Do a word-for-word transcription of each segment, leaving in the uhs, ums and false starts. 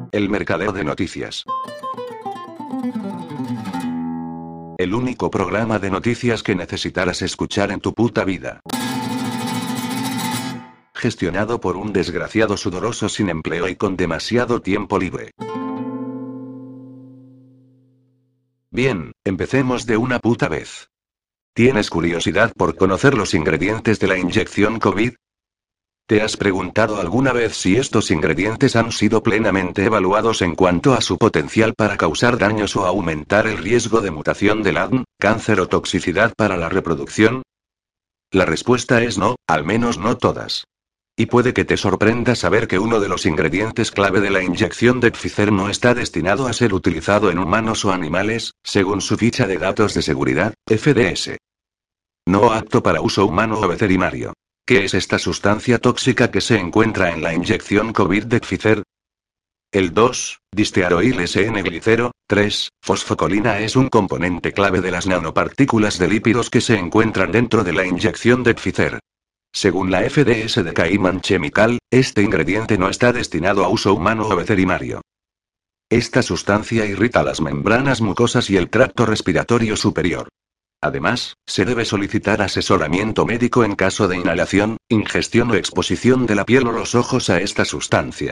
El mercadeo de noticias. El único programa de noticias que necesitarás escuchar en tu puta vida. Gestionado por un desgraciado sudoroso sin empleo y con demasiado tiempo libre. Bien, empecemos de una puta vez. ¿Tienes curiosidad por conocer los ingredientes de la inyección COVID? ¿Te has preguntado alguna vez si estos ingredientes han sido plenamente evaluados en cuanto a su potencial para causar daños o aumentar el riesgo de mutación del A D N, cáncer o toxicidad para la reproducción? La respuesta es no, al menos no todas. Y puede que te sorprenda saber que uno de los ingredientes clave de la inyección de Pfizer no está destinado a ser utilizado en humanos o animales, según su ficha de datos de seguridad, F D S. No apto para uso humano o veterinario. ¿Qué es esta sustancia tóxica que se encuentra en la inyección COVID de Pfizer? El dos distearoil S N-glicero, tres fosfocolina es un componente clave de las nanopartículas de lípidos que se encuentran dentro de la inyección de Pfizer. Según la F D S de Cayman Chemical, este ingrediente no está destinado a uso humano o veterinario. Esta sustancia irrita las membranas mucosas y el tracto respiratorio superior. Además, se debe solicitar asesoramiento médico en caso de inhalación, ingestión o exposición de la piel o los ojos a esta sustancia.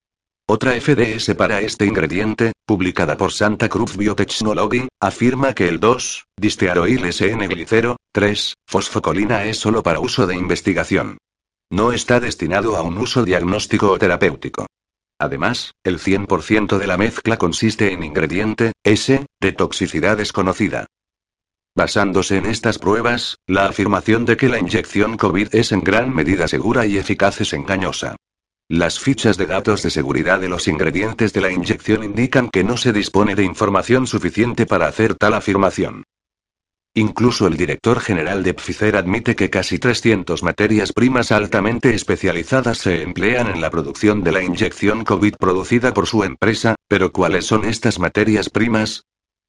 Otra F D S para este ingrediente, publicada por Santa Cruz Biotechnology, afirma que el dos distearoil S N-glicero, tres fosfocolina es solo para uso de investigación. No está destinado a un uso diagnóstico o terapéutico. Además, el cien por ciento de la mezcla consiste en ingrediente S de toxicidad desconocida. Basándose en estas pruebas, la afirmación de que la inyección COVID es en gran medida segura y eficaz es engañosa. Las fichas de datos de seguridad de los ingredientes de la inyección indican que no se dispone de información suficiente para hacer tal afirmación. Incluso el director general de Pfizer admite que casi trescientas materias primas altamente especializadas se emplean en la producción de la inyección COVID producida por su empresa, pero ¿cuáles son estas materias primas?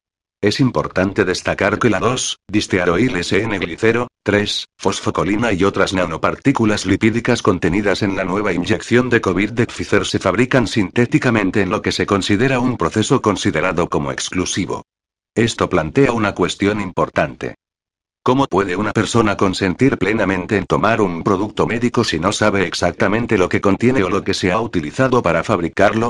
Es importante destacar que la dos distearoil S N-glicero, tres fosfocolina y otras nanopartículas lipídicas contenidas en la nueva inyección de COVID de Pfizer se fabrican sintéticamente en lo que se considera un proceso considerado como exclusivo. Esto plantea una cuestión importante. ¿Cómo puede una persona consentir plenamente en tomar un producto médico si no sabe exactamente lo que contiene o lo que se ha utilizado para fabricarlo?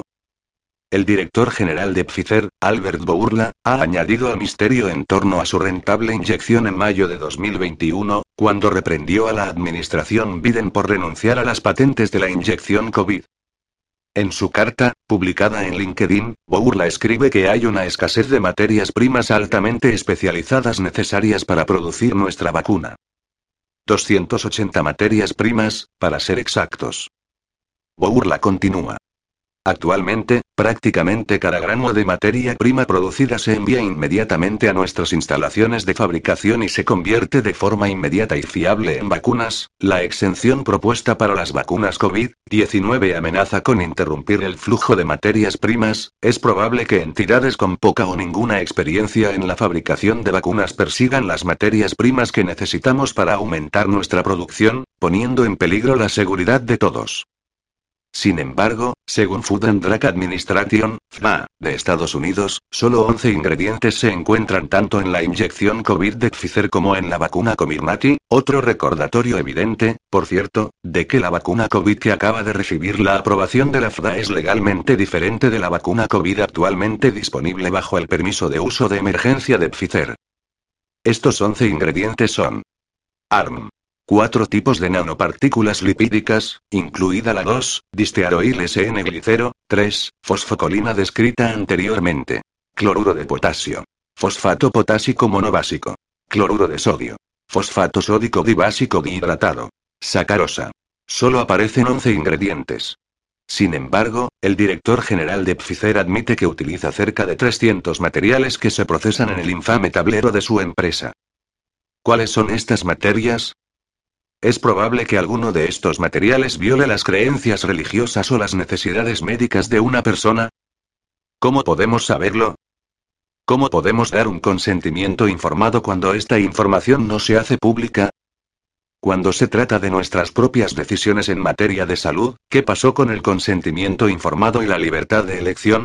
El director general de Pfizer, Albert Bourla, ha añadido al misterio en torno a su rentable inyección en mayo de dos mil veintiuno, cuando reprendió a la administración Biden por renunciar a las patentes de la inyección COVID. En su carta, publicada en LinkedIn, Bourla escribe que hay una escasez de materias primas altamente especializadas necesarias para producir nuestra vacuna. doscientas ochenta materias primas, para ser exactos. Bourla continúa. Actualmente, prácticamente cada gramo de materia prima producida se envía inmediatamente a nuestras instalaciones de fabricación y se convierte de forma inmediata y fiable en vacunas. La exención propuesta para las vacunas COVID diecinueve amenaza con interrumpir el flujo de materias primas. Es probable que entidades con poca o ninguna experiencia en la fabricación de vacunas persigan las materias primas que necesitamos para aumentar nuestra producción, poniendo en peligro la seguridad de todos. Sin embargo, según Food and Drug Administration, F D A, de Estados Unidos, solo once ingredientes se encuentran tanto en la inyección COVID de Pfizer como en la vacuna Comirnaty, otro recordatorio evidente, por cierto, de que la vacuna COVID que acaba de recibir la aprobación de la F D A es legalmente diferente de la vacuna COVID actualmente disponible bajo el permiso de uso de emergencia de Pfizer. Estos once ingredientes son: A R M. Cuatro tipos de nanopartículas lipídicas, incluida la dos distearoil S N-glicero, tres fosfocolina descrita anteriormente. Cloruro de potasio. Fosfato potásico monobásico. Cloruro de sodio. Fosfato sódico dibásico dihidratado. Sacarosa. Solo aparecen once ingredientes. Sin embargo, el director general de Pfizer admite que utiliza cerca de trescientos materiales que se procesan en el infame tablero de su empresa. ¿Cuáles son estas materias? Es probable que alguno de estos materiales viole las creencias religiosas o las necesidades médicas de una persona. ¿Cómo podemos saberlo? ¿Cómo podemos dar un consentimiento informado cuando esta información no se hace pública? Cuando se trata de nuestras propias decisiones en materia de salud, ¿qué pasó con el consentimiento informado y la libertad de elección?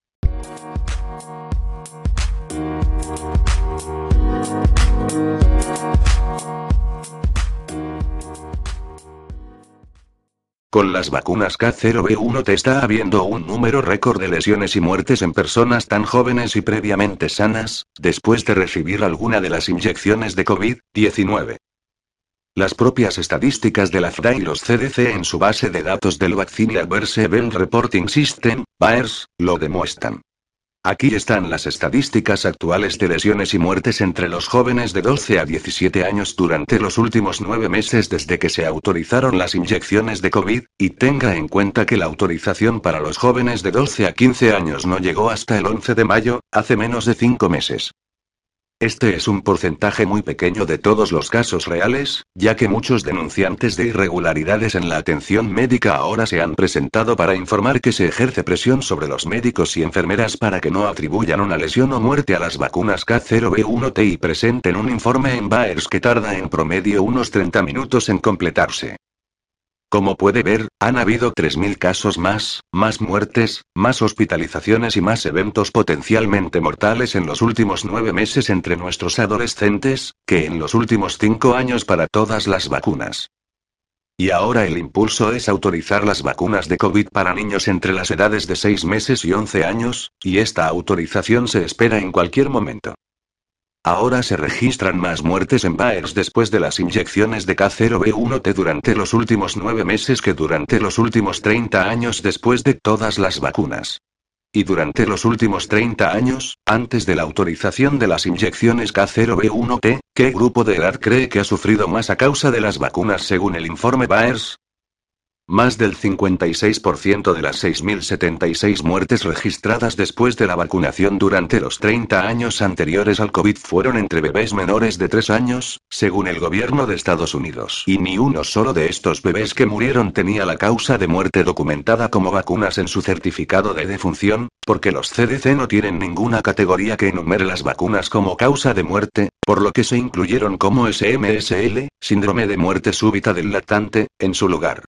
Con las vacunas K cero B uno T está habiendo un número récord de lesiones y muertes en personas tan jóvenes y previamente sanas, después de recibir alguna de las inyecciones de COVID diecinueve. Las propias estadísticas de la F D A y los C D C en su base de datos del Vaccine Adverse Event Reporting System, VAERS, lo demuestran. Aquí están las estadísticas actuales de lesiones y muertes entre los jóvenes de doce a diecisiete años durante los últimos nueve meses desde que se autorizaron las inyecciones de COVID, y tenga en cuenta que la autorización para los jóvenes de doce a quince años no llegó hasta el once de mayo, hace menos de cinco meses. Este es un porcentaje muy pequeño de todos los casos reales, ya que muchos denunciantes de irregularidades en la atención médica ahora se han presentado para informar que se ejerce presión sobre los médicos y enfermeras para que no atribuyan una lesión o muerte a las vacunas K cero B uno T y presenten un informe en VAERS que tarda en promedio unos treinta minutos en completarse. Como puede ver, han habido tres mil casos más, más muertes, más hospitalizaciones y más eventos potencialmente mortales en los últimos nueve meses entre nuestros adolescentes, que en los últimos cinco años para todas las vacunas. Y ahora el impulso es autorizar las vacunas de COVID para niños entre las edades de seis meses y once años, y esta autorización se espera en cualquier momento. Ahora se registran más muertes en VAERS después de las inyecciones de K cero B uno T durante los últimos nueve meses que durante los últimos treinta años después de todas las vacunas. Y durante los últimos treinta años, antes de la autorización de las inyecciones K cero B uno T, ¿qué grupo de edad cree que ha sufrido más a causa de las vacunas según el informe VAERS? Más del cincuenta y seis por ciento de las seis mil setenta y seis muertes registradas después de la vacunación durante los treinta años anteriores al COVID fueron entre bebés menores de tres años, según el gobierno de Estados Unidos. Y ni uno solo de estos bebés que murieron tenía la causa de muerte documentada como vacunas en su certificado de defunción, porque los C D C no tienen ninguna categoría que enumere las vacunas como causa de muerte, por lo que se incluyeron como S M S L, síndrome de muerte súbita del lactante, en su lugar.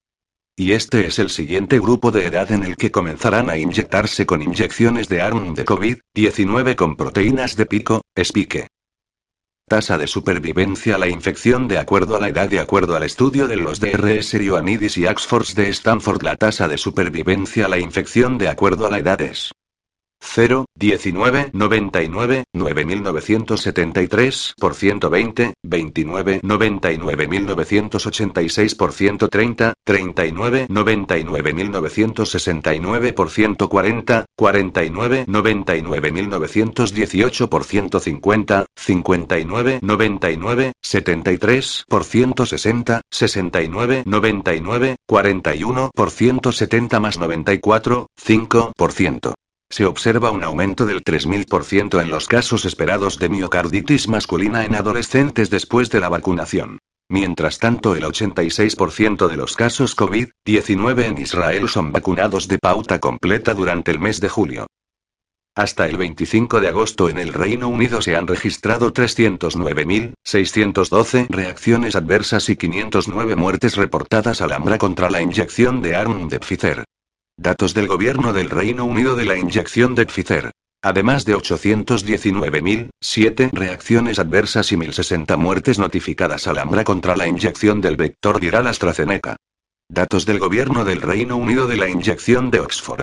Y este es el siguiente grupo de edad en el que comenzarán a inyectarse con inyecciones de ARN de COVID diecinueve con proteínas de pico, Spike. Tasa de supervivencia a la infección de acuerdo a la edad. De acuerdo al estudio de los D R S Ioannidis y Oxford de Stanford, la tasa de supervivencia a la infección de acuerdo a la edad es cero, diecinueve, noventa y nueve, nueve mil novecientos setenta y tres por ciento veinte, veintinueve, noventa y nueve mil novecientos ochenta y seis por ciento treinta, treinta y nueve, noventa y nueve mil novecientos sesenta y nueve por ciento cuarenta, cuarenta y nueve, noventa y nueve mil novecientos dieciocho por ciento cincuenta, cincuenta y nueve, noventa y nueve, setenta y tres por ciento sesenta, sesenta y nueve, noventa y nueve, cuarenta y uno por ciento setenta más noventa y cuatro, cinco por ciento. Se observa un aumento del tres mil por ciento en los casos esperados de miocarditis masculina en adolescentes después de la vacunación. Mientras tanto, el ochenta y seis por ciento de los casos COVID diecinueve en Israel son vacunados de pauta completa durante el mes de julio. Hasta el veinticinco de agosto en el Reino Unido se han registrado trescientos nueve mil seiscientos doce reacciones adversas y quinientas nueve muertes reportadas al AMRA contra la inyección de ARN de Pfizer. Datos del gobierno del Reino Unido de la inyección de Pfizer. Además de ochocientos diecinueve mil siete reacciones adversas y mil sesenta muertes notificadas al AMRA contra la inyección del vector viral AstraZeneca. Datos del gobierno del Reino Unido de la inyección de Oxford.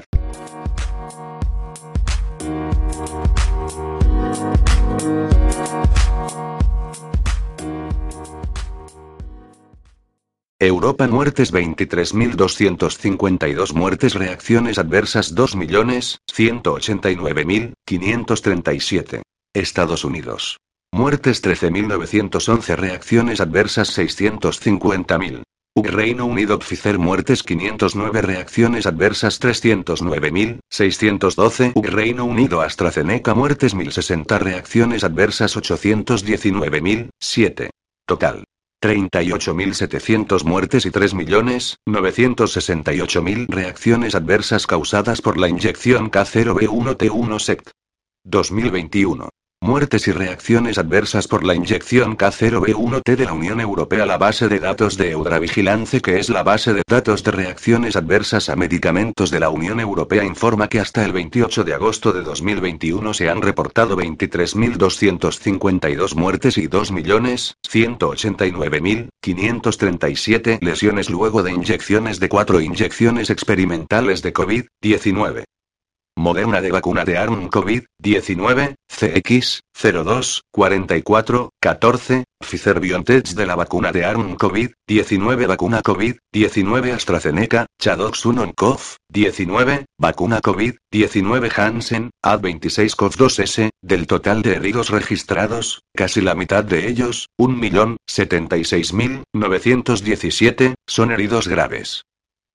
Europa muertes veintitrés mil doscientos cincuenta y dos muertes reacciones adversas dos millones ciento ochenta y nueve mil quinientos treinta y siete. Estados Unidos. Muertes trece mil novecientos once reacciones adversas seiscientos cincuenta mil. Reino Unido Pfizer muertes quinientas nueve reacciones adversas trescientos nueve mil seiscientos doce. Reino Unido AstraZeneca muertes mil sesenta reacciones adversas ochocientos diecinueve mil siete. Total. treinta y ocho mil setecientas muertes y tres millones novecientos sesenta y ocho mil reacciones adversas causadas por la inyección K cero B uno T uno S E C. dos mil veintiuno. Muertes y reacciones adversas por la inyección K cero B uno T de la Unión Europea. La base de datos de Eudravigilance, que es la base de datos de reacciones adversas a medicamentos de la Unión Europea, informa que hasta el veintiocho de agosto de dos mil veintiuno se han reportado veintitrés mil doscientas cincuenta y dos muertes y dos millones ciento ochenta y nueve mil quinientas treinta y siete lesiones luego de inyecciones de cuatro inyecciones experimentales de COVID diecinueve. Moderna de vacuna de A R N COVID diecinueve, C X cero dos cuarenta y cuatro catorce, Pfizer-BioNTech de la vacuna de A R N COVID diecinueve, vacuna COVID diecinueve AstraZeneca, Chadox uno Cov diecinueve, vacuna COVID diecinueve Janssen, A D veintiséis Cov dos S, del total de heridos registrados, casi la mitad de ellos, un millón setenta y seis mil novecientos diecisiete, son heridos graves.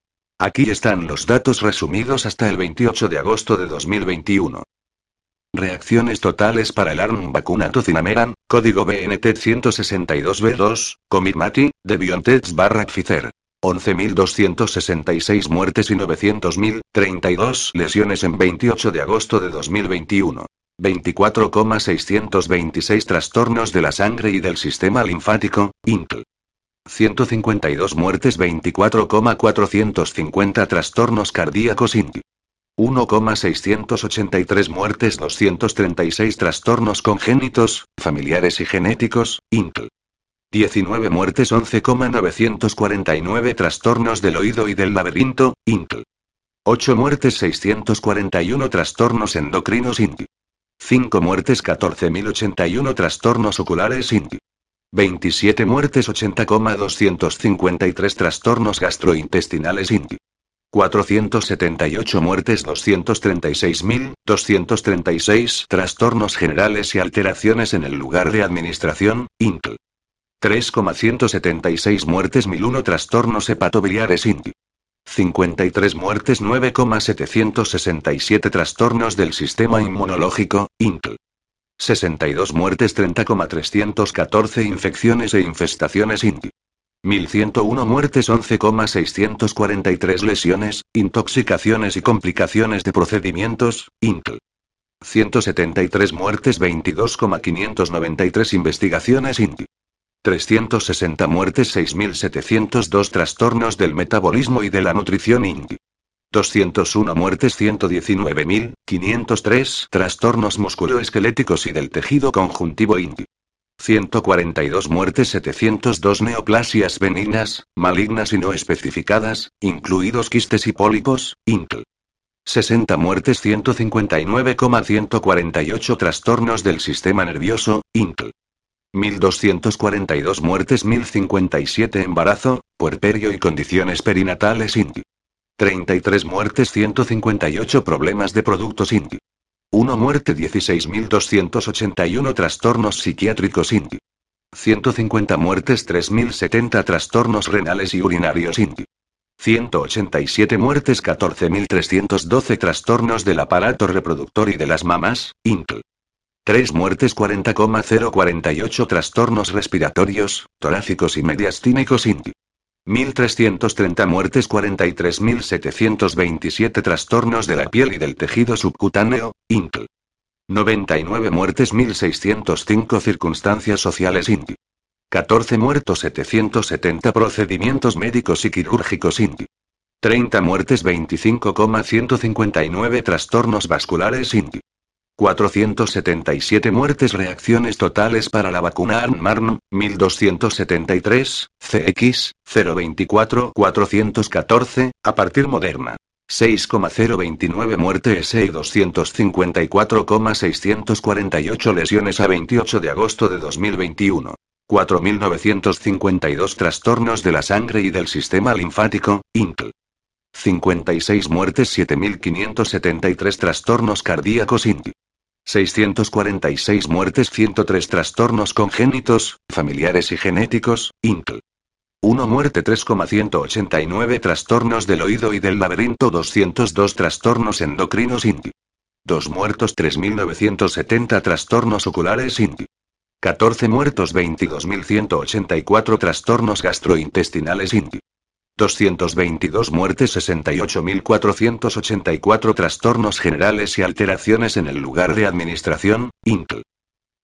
Aquí están los datos resumidos hasta el veintiocho de agosto de dos mil veintiuno. Reacciones totales para el A R N vacuna Tocinameran, código B N T ciento sesenta y dos B dos, Comirnaty, de BioNTech barra Pfizer. once mil doscientas sesenta y seis muertes y novecientos mil treinta y dos lesiones en veintiocho de agosto de dos mil veintiuno. veinticuatro mil seiscientos veintiséis trastornos de la sangre y del sistema linfático, I N C L. ciento cincuenta y dos muertes, veinticuatro mil cuatrocientos cincuenta trastornos cardíacos, I N C L. uno mil seiscientos ochenta y tres muertes, doscientos treinta y seis trastornos congénitos, familiares y genéticos, I N C L. diecinueve muertes, once mil novecientos cuarenta y nueve trastornos del oído y del laberinto, I N C L. ocho muertes, seiscientos cuarenta y uno trastornos endocrinos, I N C L. cinco muertes, catorce mil ochenta y uno trastornos oculares, I N C L. veintisiete muertes, ochenta mil doscientos cincuenta y tres trastornos gastrointestinales, I N C L. cuatrocientas setenta y ocho muertes, doscientos treinta y seis mil doscientos treinta y seis trastornos generales y alteraciones en el lugar de administración, I N C L. tres mil ciento setenta y seis muertes, mil uno trastornos hepatobiliares, I N C L. cincuenta y tres muertes, nueve mil setecientos sesenta y siete trastornos del sistema inmunológico, I N C L. sesenta y dos muertes, treinta mil trescientos catorce infecciones e infestaciones, I N C L. mil ciento uno muertes, once mil seiscientos cuarenta y tres lesiones, intoxicaciones y complicaciones de procedimientos, I N C L. ciento setenta y tres muertes, veintidós mil quinientos noventa y tres investigaciones, I N C L. trescientas sesenta muertes, seis mil setecientos dos trastornos del metabolismo y de la nutrición, I N C L. doscientas una muertes, ciento diecinueve mil quinientos tres trastornos musculoesqueléticos y del tejido conjuntivo, I N C L. ciento cuarenta y dos muertes, setecientos dos neoplasias benignas, malignas y no especificadas, incluidos quistes y pólipos, I N C L. sesenta muertes, ciento cincuenta y nueve mil ciento cuarenta y ocho trastornos del sistema nervioso, I N C L. mil doscientas cuarenta y dos muertes, mil cincuenta y siete embarazo, puerperio y condiciones perinatales, I N C L. treinta y tres muertes, ciento cincuenta y ocho problemas de productos, I N C L. una muerte, dieciséis mil doscientos ochenta y uno trastornos psiquiátricos, I N C L. ciento cincuenta muertes, tres mil setenta trastornos renales y urinarios, I N C L. ciento ochenta y siete muertes, catorce mil trescientos doce trastornos del aparato reproductor y de las mamas, I N C L. tres muertes, cuarenta mil cuarenta y ocho trastornos respiratorios, torácicos y mediastínicos, I N C L. mil trescientas treinta muertes, cuarenta y tres mil setecientos veintisiete trastornos de la piel y del tejido subcutáneo, I N C L. noventa y nueve muertes, mil seiscientas cinco circunstancias sociales, I N C L. catorce muertos, setecientos setenta procedimientos médicos y quirúrgicos, I N C L. treinta muertes, veinticinco mil ciento cincuenta y nueve trastornos vasculares, I N C L. cuatrocientas setenta y siete muertes, reacciones totales para la vacuna A R N-M A R N, mil doscientos setenta y tres, C X cero veinticuatro cuatrocientos catorce, a partir Moderna. seis mil veintinueve muertes y doscientos cincuenta y cuatro mil seiscientos cuarenta y ocho lesiones a veintiocho de agosto de dos mil veintiuno. cuatro mil novecientos cincuenta y dos trastornos de la sangre y del sistema linfático, I N C L. cincuenta y seis muertes, siete mil quinientos setenta y tres trastornos cardíacos, I N C L. seiscientas cuarenta y seis muertes, ciento tres trastornos congénitos, familiares y genéticos, I N C L. una muerte, tres mil ciento ochenta y nueve trastornos del oído y del laberinto, doscientos dos trastornos endocrinos, I N C L. dos muertos, tres mil novecientos setenta trastornos oculares, I N C L. catorce muertos, veintidós mil ciento ochenta y cuatro trastornos gastrointestinales, I N C L. doscientas veintidós muertes, sesenta y ocho mil cuatrocientos ochenta y cuatro trastornos generales y alteraciones en el lugar de administración, I N C L.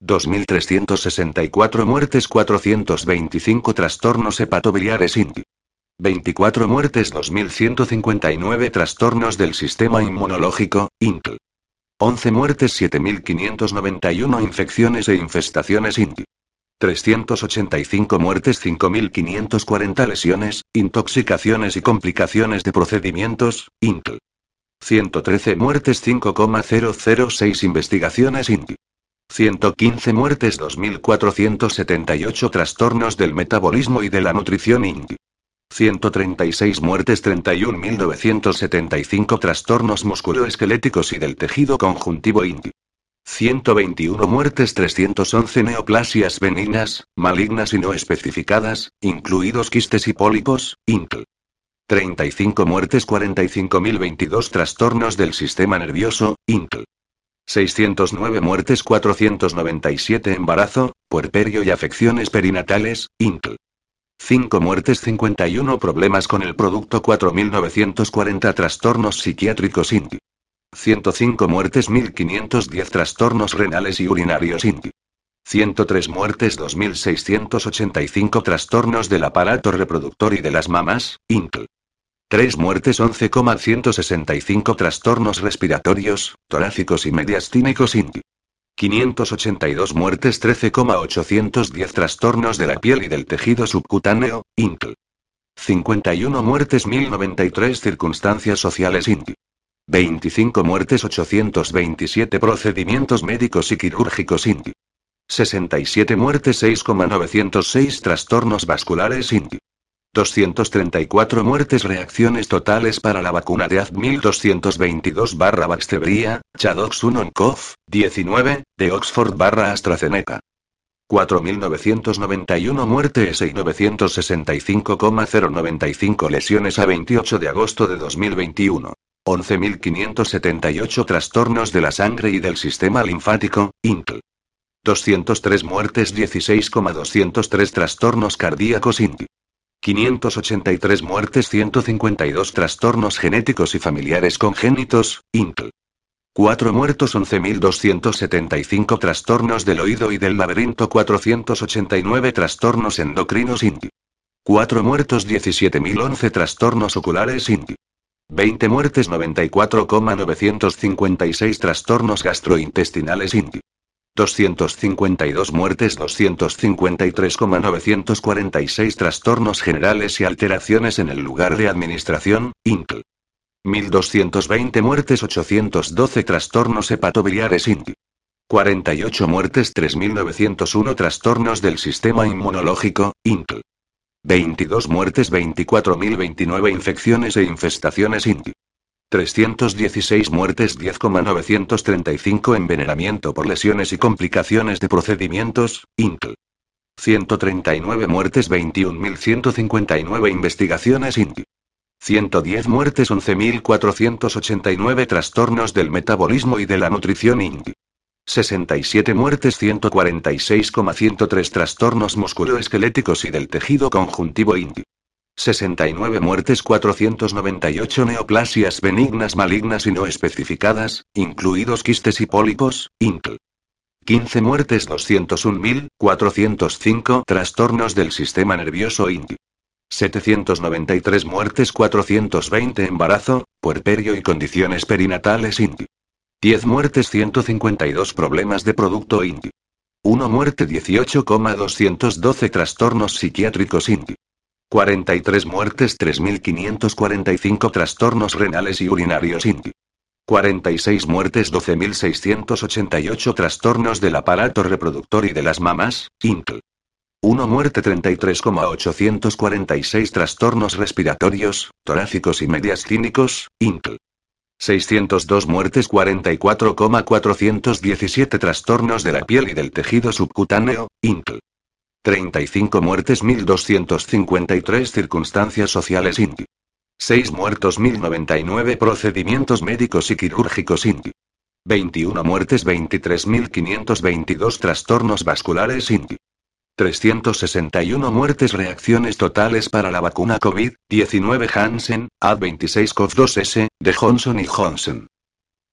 dos mil trescientos sesenta y cuatro muertes, cuatrocientos veinticinco trastornos hepatobiliares inc. veinticuatro muertes, dos mil ciento cincuenta y nueve trastornos del sistema inmunológico, inc. once muertes, siete mil quinientos noventa y uno infecciones e infestaciones inc. trescientos ochenta y cinco muertes, cinco mil quinientos cuarenta lesiones, intoxicaciones y complicaciones de procedimientos, inc. ciento trece muertes, cinco mil seis investigaciones inc. ciento quince muertes, dos mil cuatrocientos setenta y ocho trastornos del metabolismo y de la nutrición inc. ciento treinta y seis muertes, treinta y un mil novecientos setenta y cinco trastornos musculoesqueléticos y del tejido conjuntivo inc. ciento veintiuno muertes, trescientos once neoplasias benignas, malignas y no especificadas, incluidos quistes y pólipos, inc. treinta y cinco muertes, cuarenta y cinco mil veintidós trastornos del sistema nervioso, inc. seiscientos nueve muertes, cuatrocientos noventa y siete embarazo, puerperio y afecciones perinatales, inc. cinco muertes, cincuenta y uno problemas con el producto, cuatro mil novecientos cuarenta trastornos psiquiátricos inc. ciento cinco muertes, mil quinientos diez trastornos renales y urinarios inc. ciento tres muertes, dos mil seiscientos ochenta y cinco trastornos del aparato reproductor y de las mamas, inc. tres muertes, once mil ciento sesenta y cinco trastornos respiratorios, torácicos y mediastínicos inc. quinientos ochenta y dos muertes, trece mil ochocientos diez trastornos de la piel y del tejido subcutáneo, inc. cincuenta y uno muertes, mil noventa y tres circunstancias sociales inc. veinticinco muertes, ochocientos veintisiete procedimientos médicos y quirúrgicos inc. sesenta y siete muertes, seis mil novecientos seis trastornos vasculares inc. doscientos treinta y cuatro muertes, reacciones totales para la vacuna de A Z mil doscientos veintidós barra Vaxzevria, Chadox uno Cov diecinueve, de Oxford barra AstraZeneca. cuatro mil novecientos noventa y uno muertes y novecientos sesenta y cinco mil noventa y cinco lesiones a veintiocho de agosto de dos mil veintiuno. once mil quinientos setenta y ocho trastornos de la sangre y del sistema linfático, inc. doscientos tres muertes, dieciséis mil doscientos tres trastornos cardíacos inc. quinientos ochenta y tres muertes, ciento cincuenta y dos trastornos genéticos y familiares congénitos, inc. cuatro muertos, once mil doscientos setenta y cinco trastornos del oído y del laberinto, cuatrocientos ochenta y nueve trastornos endocrinos inc. cuatro muertos, diecisiete mil once trastornos oculares inc. veinte muertes, noventa y cuatro mil novecientos cincuenta y seis trastornos gastrointestinales inc. doscientos cincuenta y dos muertes, doscientos cincuenta y tres mil novecientos cuarenta y seis trastornos generales y alteraciones en el lugar de administración, inc. mil doscientos veinte muertes, ochocientos doce trastornos hepatobiliares inc. cuarenta y ocho muertes, tres mil novecientos uno trastornos del sistema inmunológico, inc. veintidós muertes, veinticuatro mil veintinueve infecciones e infestaciones inc. trescientos dieciséis muertes, diez mil novecientos treinta y cinco envenenamiento por lesiones y complicaciones de procedimientos, inc. ciento treinta y nueve muertes, veintiún mil ciento cincuenta y nueve investigaciones inc. ciento diez muertes, once mil cuatrocientos ochenta y nueve trastornos del metabolismo y de la nutrición inc. sesenta y siete muertes, ciento cuarenta y seis mil ciento tres trastornos musculoesqueléticos y del tejido conjuntivo inc. sesenta y nueve muertes, cuatrocientos noventa y ocho neoplasias benignas, malignas y no especificadas, incluidos quistes y pólipos, inc. quince muertes, doscientos un mil cuatrocientos cinco trastornos del sistema nervioso inc. setecientos noventa y tres muertes, cuatrocientos veinte embarazo, puerperio y condiciones perinatales inc. diez muertes, ciento cincuenta y dos problemas de producto inc. una muerte, dieciocho mil doscientos doce trastornos psiquiátricos inc. cuarenta y tres muertes, tres mil quinientos cuarenta y cinco trastornos renales y urinarios inc. cuarenta y seis muertes, doce mil seiscientos ochenta y ocho trastornos del aparato reproductor y de las mamas, inc. una muerte, treinta y tres mil ochocientos cuarenta y seis trastornos respiratorios, torácicos y mediastínicos, inc. seiscientos dos muertes, cuarenta y cuatro mil cuatrocientos diecisiete trastornos de la piel y del tejido subcutáneo, inc. treinta y cinco muertes, mil doscientos cincuenta y tres circunstancias sociales inc. seis muertos, mil noventa y nueve procedimientos médicos y quirúrgicos inc. veintiuna muertes, veintitrés mil quinientos veintidós trastornos vasculares inc. trescientos sesenta y uno muertes, reacciones totales para la vacuna COVID diecinueve Janssen, A D veintiséis Cov dos S, de Johnson y Johnson.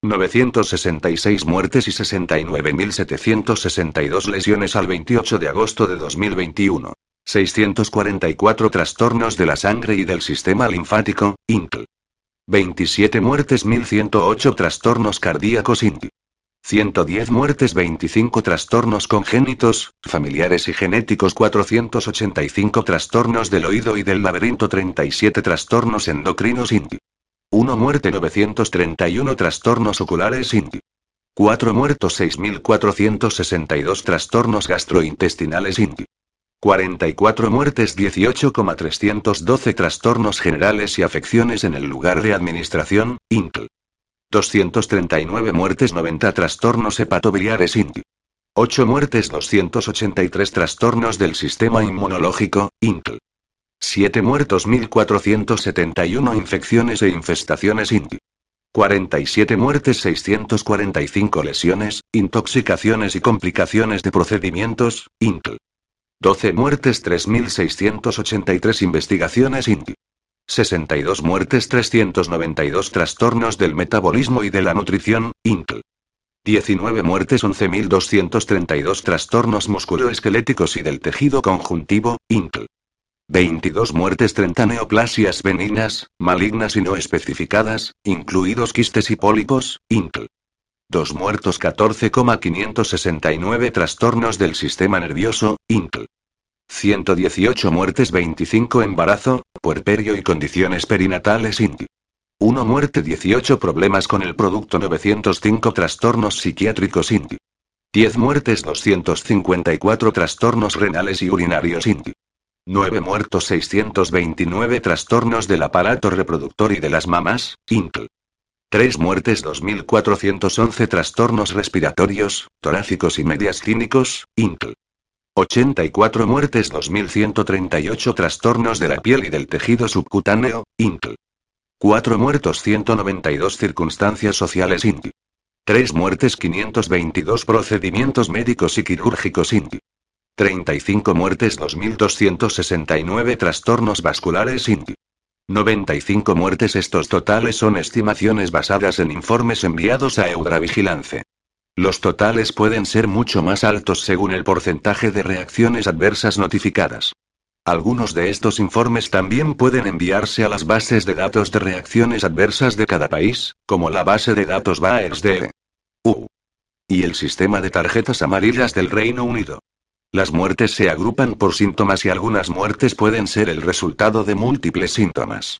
novecientas sesenta y seis muertes y sesenta y nueve mil setecientas sesenta y dos lesiones al veintiocho de agosto de dos mil veintiuno. seiscientos cuarenta y cuatro trastornos de la sangre y del sistema linfático, INCL. veintisiete muertes, mil ciento ocho trastornos cardíacos, INCL. ciento diez muertes, veinticinco trastornos congénitos, familiares y genéticos, cuatrocientos ochenta y cinco trastornos del oído y del laberinto, treinta y siete trastornos endocrinos, INCL. una muerte, novecientos treinta y uno trastornos oculares, INCL. cuatro muertos, seis mil cuatrocientos sesenta y dos trastornos gastrointestinales, INCL. cuarenta y cuatro muertes, dieciocho mil trescientos doce trastornos generales y afecciones en el lugar de administración, INCL. doscientas treinta y nueve muertes, noventa trastornos hepatobiliares, INCL. ocho muertes, doscientos ochenta y tres trastornos del sistema inmunológico, INCL. siete muertos, mil cuatrocientos setenta y uno infecciones e infestaciones, INCL. cuarenta y siete muertes, seiscientas cuarenta y cinco lesiones, intoxicaciones y complicaciones de procedimientos, INCL. doce muertes, tres mil seiscientas ochenta y tres investigaciones, INCL. sesenta y dos muertes, trescientos noventa y dos trastornos del metabolismo y de la nutrición, INCL. diecinueve muertes, once mil doscientos treinta y dos trastornos musculoesqueléticos y del tejido conjuntivo, INCL. veintidós muertes, treinta neoplasias benignas, malignas y no especificadas, incluidos quistes y pólipos, INCL. dos muertos, catorce mil quinientos sesenta y nueve trastornos del sistema nervioso, INCL. ciento dieciocho muertes, veinticinco embarazo, puerperio y condiciones perinatales, INCL. una muerte, dieciocho problemas con el producto, novecientos cinco trastornos psiquiátricos, INCL. diez muertes, doscientos cincuenta y cuatro trastornos renales y urinarios, INCL. nueve muertos, seiscientos veintinueve trastornos del aparato reproductor y de las mamas, INCL. tres muertes, dos mil cuatrocientos once trastornos respiratorios, torácicos y mediastínicos, INCL. ochenta y cuatro muertes, dos mil ciento treinta y ocho trastornos de la piel y del tejido subcutáneo, INCL. cuatro muertos, ciento noventa y dos circunstancias sociales, INCL. tres muertes, quinientos veintidós procedimientos médicos y quirúrgicos, INCL. treinta y cinco muertes, dos mil doscientos sesenta y nueve trastornos vasculares, INCL. noventa y cinco muertes. Estos totales son estimaciones basadas en informes enviados a Eudravigilance. Los totales pueden ser mucho más altos según el porcentaje de reacciones adversas notificadas. Algunos de estos informes también pueden enviarse a las bases de datos de reacciones adversas de cada país, como la base de datos Baers de E U y el sistema de tarjetas amarillas del Reino Unido. Las muertes se agrupan por síntomas y algunas muertes pueden ser el resultado de múltiples síntomas.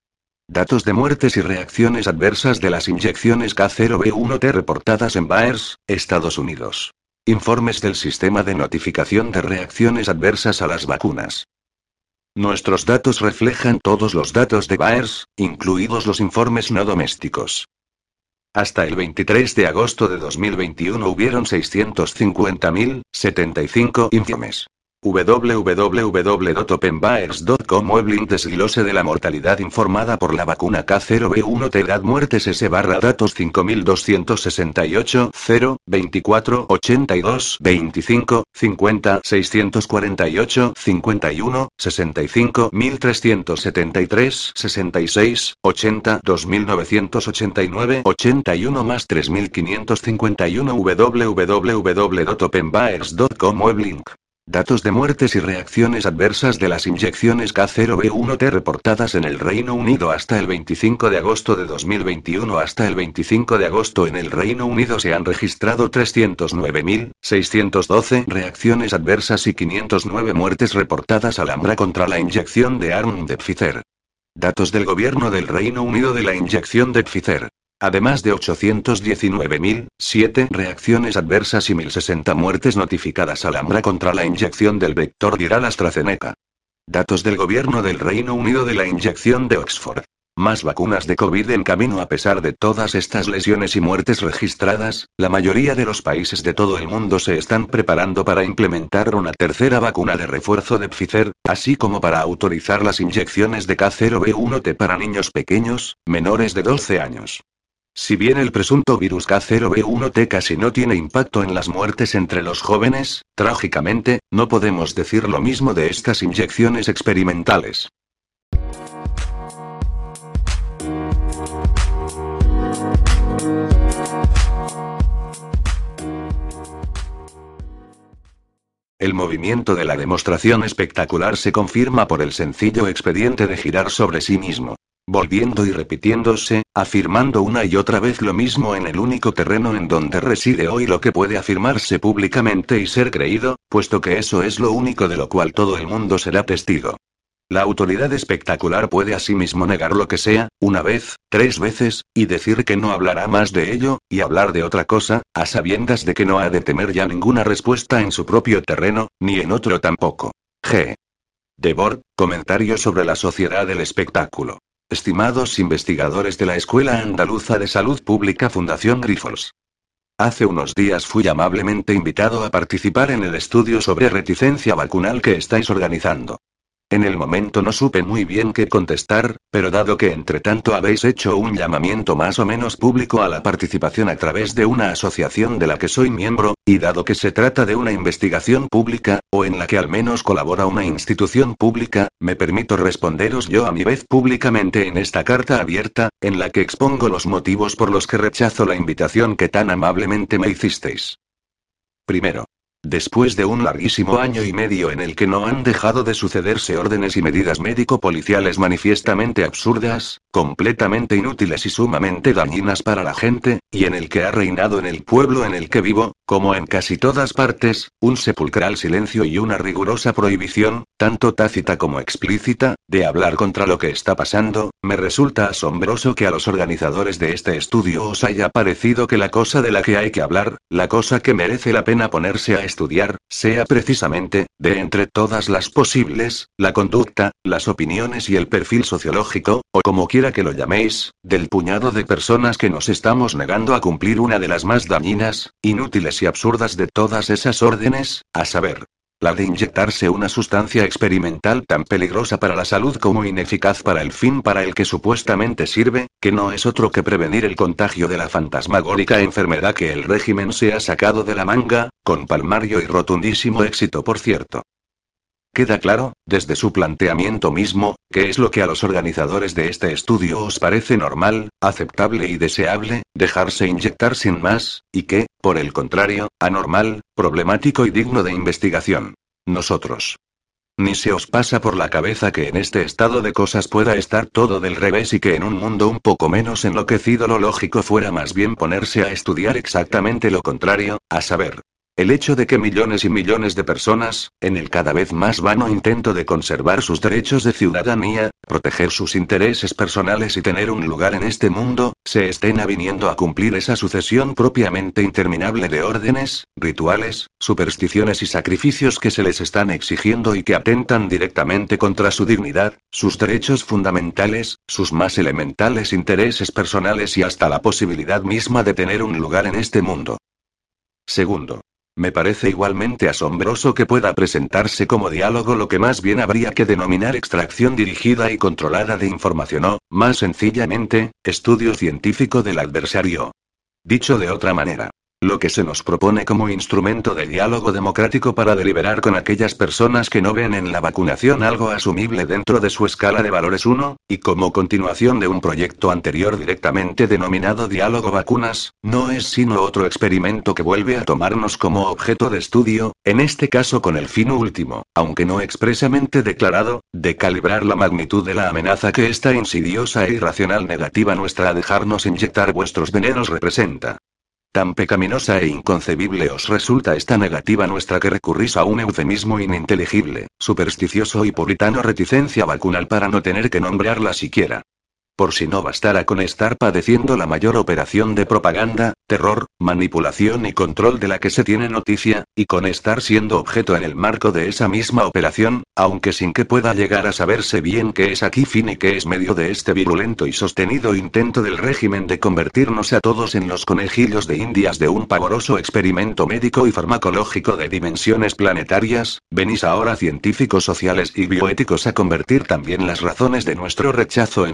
Datos de muertes y reacciones adversas de las inyecciones K cero B uno T reportadas en Baers, Estados Unidos. Informes del sistema de notificación de reacciones adversas a las vacunas. Nuestros datos reflejan todos los datos de Baers, incluidos los informes no domésticos. Hasta el veintitrés de agosto de dos mil veintiuno hubieron seiscientos cincuenta mil setenta y cinco informes. w w w punto open baers punto com web link desglose de la mortalidad informada por la vacuna K cero B uno T edad muertes S barra datos cinco mil doscientos sesenta y ocho, cero, veinticuatro, ochenta y dos, veinticinco, cincuenta, seiscientos cuarenta y ocho, cincuenta y uno, sesenta y cinco mil trescientos setenta y tres, sesenta y seis, ochenta, dos mil novecientos ochenta y nueve, ochenta y uno más tres mil quinientos cincuenta y uno w w w punto open baers punto com web link. Datos de muertes y reacciones adversas de las inyecciones K cero B uno T reportadas en el Reino Unido hasta el veinticinco de agosto de dos mil veintiuno. Hasta el veinticinco de agosto en el Reino Unido se han registrado trescientos nueve mil seiscientos doce reacciones adversas y quinientos nueve muertes reportadas al hambre contra la inyección de ARN de Pfizer. Datos del Gobierno del Reino Unido de la inyección de Pfizer. Además de ochocientos diecinueve mil siete reacciones adversas y mil sesenta muertes notificadas al hambre contra la inyección del vector viral AstraZeneca. Datos del Gobierno del Reino Unido de la inyección de Oxford. Más vacunas de COVID en camino. A pesar de todas estas lesiones y muertes registradas, la mayoría de los países de todo el mundo se están preparando para implementar una tercera vacuna de refuerzo de Pfizer, así como para autorizar las inyecciones de K cero B uno T para niños pequeños, menores de doce años. Si bien el presunto virus K cero B uno T casi no tiene impacto en las muertes entre los jóvenes, trágicamente, no podemos decir lo mismo de estas inyecciones experimentales. El movimiento de la demostración espectacular se confirma por el sencillo expediente de girar sobre sí mismo, volviendo y repitiéndose, afirmando una y otra vez lo mismo en el único terreno en donde reside hoy lo que puede afirmarse públicamente y ser creído, puesto que eso es lo único de lo cual todo el mundo será testigo. La autoridad espectacular puede asimismo negar lo que sea, una vez, tres veces, y decir que no hablará más de ello, y hablar de otra cosa, a sabiendas de que no ha de temer ya ninguna respuesta en su propio terreno, ni en otro tampoco. G. Debord, comentario sobre la sociedad del espectáculo. Estimados investigadores de la Escuela Andaluza de Salud Pública Fundación Grifols. Hace unos días fui amablemente invitado a participar en el estudio sobre reticencia vacunal que estáis organizando. En el momento no supe muy bien qué contestar, pero dado que entre tanto habéis hecho un llamamiento más o menos público a la participación a través de una asociación de la que soy miembro, y dado que se trata de una investigación pública, o en la que al menos colabora una institución pública, me permito responderos yo a mi vez públicamente en esta carta abierta, en la que expongo los motivos por los que rechazo la invitación que tan amablemente me hicisteis. Primero. Después de un larguísimo año y medio en el que no han dejado de sucederse órdenes y medidas médico-policiales manifiestamente absurdas, completamente inútiles y sumamente dañinas para la gente, y en el que ha reinado en el pueblo en el que vivo, como en casi todas partes, un sepulcral silencio y una rigurosa prohibición, tanto tácita como explícita, de hablar contra lo que está pasando, me resulta asombroso que a los organizadores de este estudio os haya parecido que la cosa de la que hay que hablar, la cosa que merece la pena ponerse a estudiar, sea precisamente, de entre todas las posibles, la conducta, las opiniones y el perfil sociológico, o como quiera que lo llaméis, del puñado de personas que nos estamos negando a cumplir una de las más dañinas, inútiles y absurdas de todas esas órdenes, a saber, la de inyectarse una sustancia experimental tan peligrosa para la salud como ineficaz para el fin para el que supuestamente sirve, que no es otro que prevenir el contagio de la fantasmagórica enfermedad que el régimen se ha sacado de la manga, con palmario y rotundísimo éxito por cierto. Queda claro, desde su planteamiento mismo, que es lo que a los organizadores de este estudio os parece normal, aceptable y deseable, dejarse inyectar sin más, y que, por el contrario, anormal, problemático y digno de investigación. Nosotros. Ni se os pasa por la cabeza que en este estado de cosas pueda estar todo del revés y que en un mundo un poco menos enloquecido lo lógico fuera más bien ponerse a estudiar exactamente lo contrario, a saber, el hecho de que millones y millones de personas, en el cada vez más vano intento de conservar sus derechos de ciudadanía, proteger sus intereses personales y tener un lugar en este mundo, se estén aviniendo a cumplir esa sucesión propiamente interminable de órdenes, rituales, supersticiones y sacrificios que se les están exigiendo y que atentan directamente contra su dignidad, sus derechos fundamentales, sus más elementales intereses personales y hasta la posibilidad misma de tener un lugar en este mundo. Segundo. Me parece igualmente asombroso que pueda presentarse como diálogo lo que más bien habría que denominar extracción dirigida y controlada de información o, más sencillamente, estudio científico del adversario. Dicho de otra manera, lo que se nos propone como instrumento de diálogo democrático para deliberar con aquellas personas que no ven en la vacunación algo asumible dentro de su escala de valores uno, y como continuación de un proyecto anterior directamente denominado diálogo vacunas, no es sino otro experimento que vuelve a tomarnos como objeto de estudio, en este caso con el fin último, aunque no expresamente declarado, de calibrar la magnitud de la amenaza que esta insidiosa e irracional negativa nuestra a dejarnos inyectar vuestros venenos representa. Tan pecaminosa e inconcebible os resulta esta negativa nuestra que recurrís a un eufemismo ininteligible, supersticioso y puritano reticencia vacunal para no tener que nombrarla siquiera. Por si no bastara con estar padeciendo la mayor operación de propaganda, terror, manipulación y control de la que se tiene noticia, y con estar siendo objeto en el marco de esa misma operación, aunque sin que pueda llegar a saberse bien qué es aquí fin y qué es medio de este virulento y sostenido intento del régimen de convertirnos a todos en los conejillos de indias de un pavoroso experimento médico y farmacológico de dimensiones planetarias, venís ahora científicos sociales y bioéticos a convertir también las razones de nuestro rechazo en un nuevo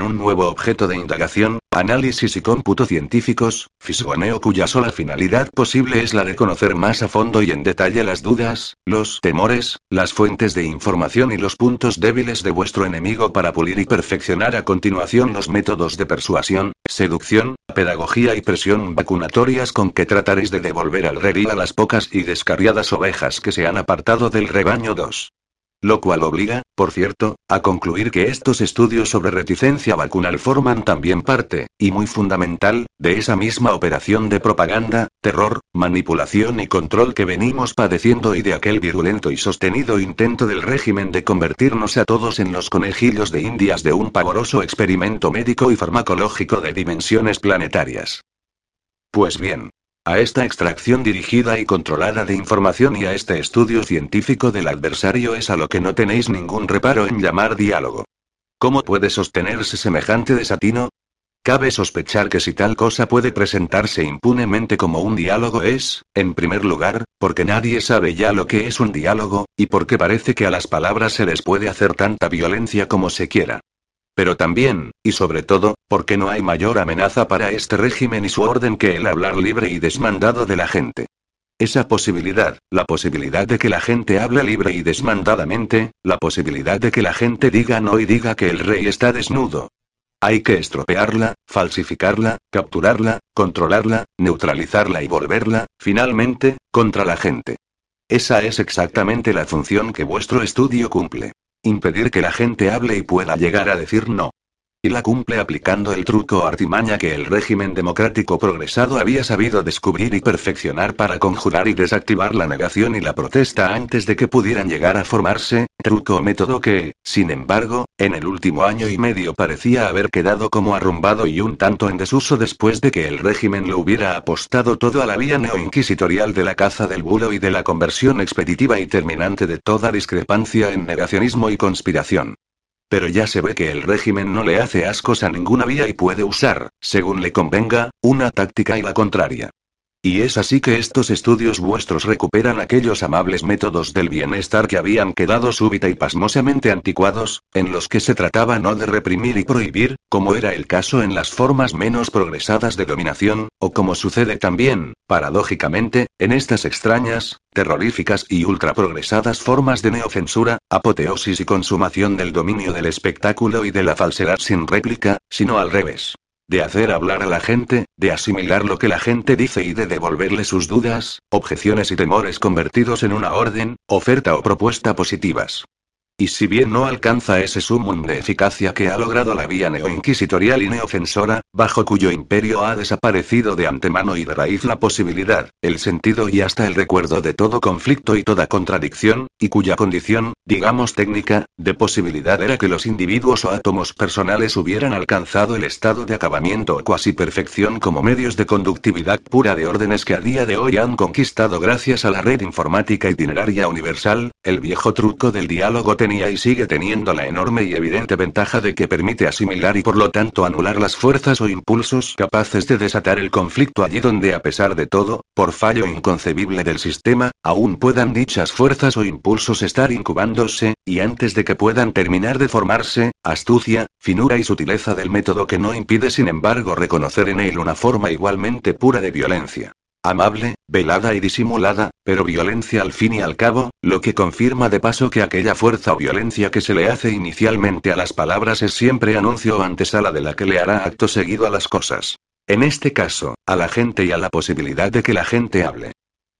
objeto de indagación, análisis y cómputo científicos, fisgoneo cuya sola finalidad posible es la de conocer más a fondo y en detalle las dudas, los temores, las fuentes de información y los puntos débiles de vuestro enemigo para pulir y perfeccionar a continuación los métodos de persuasión, seducción, pedagogía y presión vacunatorias con que trataréis de devolver al redil a las pocas y descarriadas ovejas que se han apartado del rebaño dos. Lo cual obliga, por cierto, a concluir que estos estudios sobre reticencia vacunal forman también parte, y muy fundamental, de esa misma operación de propaganda, terror, manipulación y control que venimos padeciendo y de aquel virulento y sostenido intento del régimen de convertirnos a todos en los conejillos de indias de un pavoroso experimento médico y farmacológico de dimensiones planetarias. Pues bien. A esta extracción dirigida y controlada de información y a este estudio científico del adversario es a lo que no tenéis ningún reparo en llamar diálogo. ¿Cómo puede sostenerse semejante desatino? Cabe sospechar que si tal cosa puede presentarse impunemente como un diálogo es, en primer lugar, porque nadie sabe ya lo que es un diálogo, y porque parece que a las palabras se les puede hacer tanta violencia como se quiera. Pero también, y sobre todo, porque no hay mayor amenaza para este régimen y su orden que el hablar libre y desmandado de la gente. Esa posibilidad, la posibilidad de que la gente hable libre y desmandadamente, la posibilidad de que la gente diga no y diga que el rey está desnudo. Hay que estropearla, falsificarla, capturarla, controlarla, neutralizarla y volverla, finalmente, contra la gente. Esa es exactamente la función que vuestro estudio cumple. Impedir que la gente hable y pueda llegar a decir no. Y la cumple aplicando el truco o artimaña que el régimen democrático progresado había sabido descubrir y perfeccionar para conjurar y desactivar la negación y la protesta antes de que pudieran llegar a formarse, truco o método que, sin embargo, en el último año y medio parecía haber quedado como arrumbado y un tanto en desuso después de que el régimen lo hubiera apostado todo a la vía neoinquisitorial de la caza del bulo y de la conversión expeditiva y terminante de toda discrepancia en negacionismo y conspiración. Pero ya se ve que el régimen no le hace ascos a ninguna vía y puede usar, según le convenga, una táctica y la contraria. Y es así que estos estudios vuestros recuperan aquellos amables métodos del bienestar que habían quedado súbita y pasmosamente anticuados, en los que se trataba no de reprimir y prohibir, como era el caso en las formas menos progresadas de dominación, o como sucede también, paradójicamente, en estas extrañas, terroríficas y ultraprogresadas formas de neocensura, apoteosis y consumación del dominio del espectáculo y de la falsedad sin réplica, sino al revés. De hacer hablar a la gente, de asimilar lo que la gente dice y de devolverle sus dudas, objeciones y temores convertidos en una orden, oferta o propuesta positivas. Y si bien no alcanza ese sumum de eficacia que ha logrado la vía neoinquisitorial y neocensora, bajo cuyo imperio ha desaparecido de antemano y de raíz la posibilidad, el sentido y hasta el recuerdo de todo conflicto y toda contradicción, y cuya condición, digamos técnica, de posibilidad era que los individuos o átomos personales hubieran alcanzado el estado de acabamiento o cuasi perfección como medios de conductividad pura de órdenes que a día de hoy han conquistado gracias a la red informática itineraria universal, el viejo truco del diálogo tenía y sigue teniendo la enorme y evidente ventaja de que permite asimilar y por lo tanto anular las fuerzas o impulsos capaces de desatar el conflicto allí donde a pesar de todo, por fallo inconcebible del sistema, aún puedan dichas fuerzas o impulsos estar incubándose, y antes de que puedan terminar de formarse, astucia, finura y sutileza del método que no impide sin embargo reconocer en él una forma igualmente pura de violencia. Amable, velada y disimulada, pero violencia al fin y al cabo, lo que confirma de paso que aquella fuerza o violencia que se le hace inicialmente a las palabras es siempre anuncio o antesala de la que le hará acto seguido a las cosas. En este caso, a la gente y a la posibilidad de que la gente hable.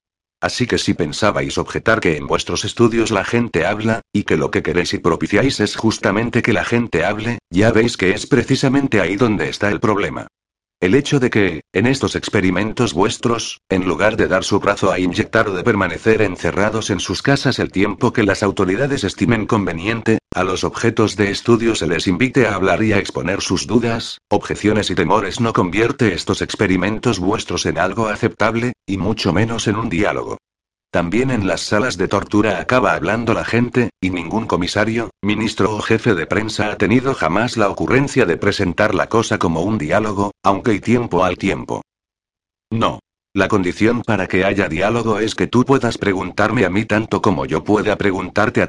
Así que si pensabais objetar que en vuestros estudios la gente habla, y que lo que queréis y propiciáis es justamente que la gente hable, ya veis que es precisamente ahí donde está el problema. El hecho de que, en estos experimentos vuestros, en lugar de dar su brazo a inyectar o de permanecer encerrados en sus casas el tiempo que las autoridades estimen conveniente, a los objetos de estudio se les invite a hablar y a exponer sus dudas, objeciones y temores no convierte estos experimentos vuestros en algo aceptable, y mucho menos en un diálogo. También en las salas de tortura acaba hablando la gente, y ningún comisario, ministro o jefe de prensa ha tenido jamás la ocurrencia de presentar la cosa como un diálogo, aunque y tiempo al tiempo. No. La condición para que haya diálogo es que tú puedas preguntarme a mí tanto como yo pueda preguntarte a ti.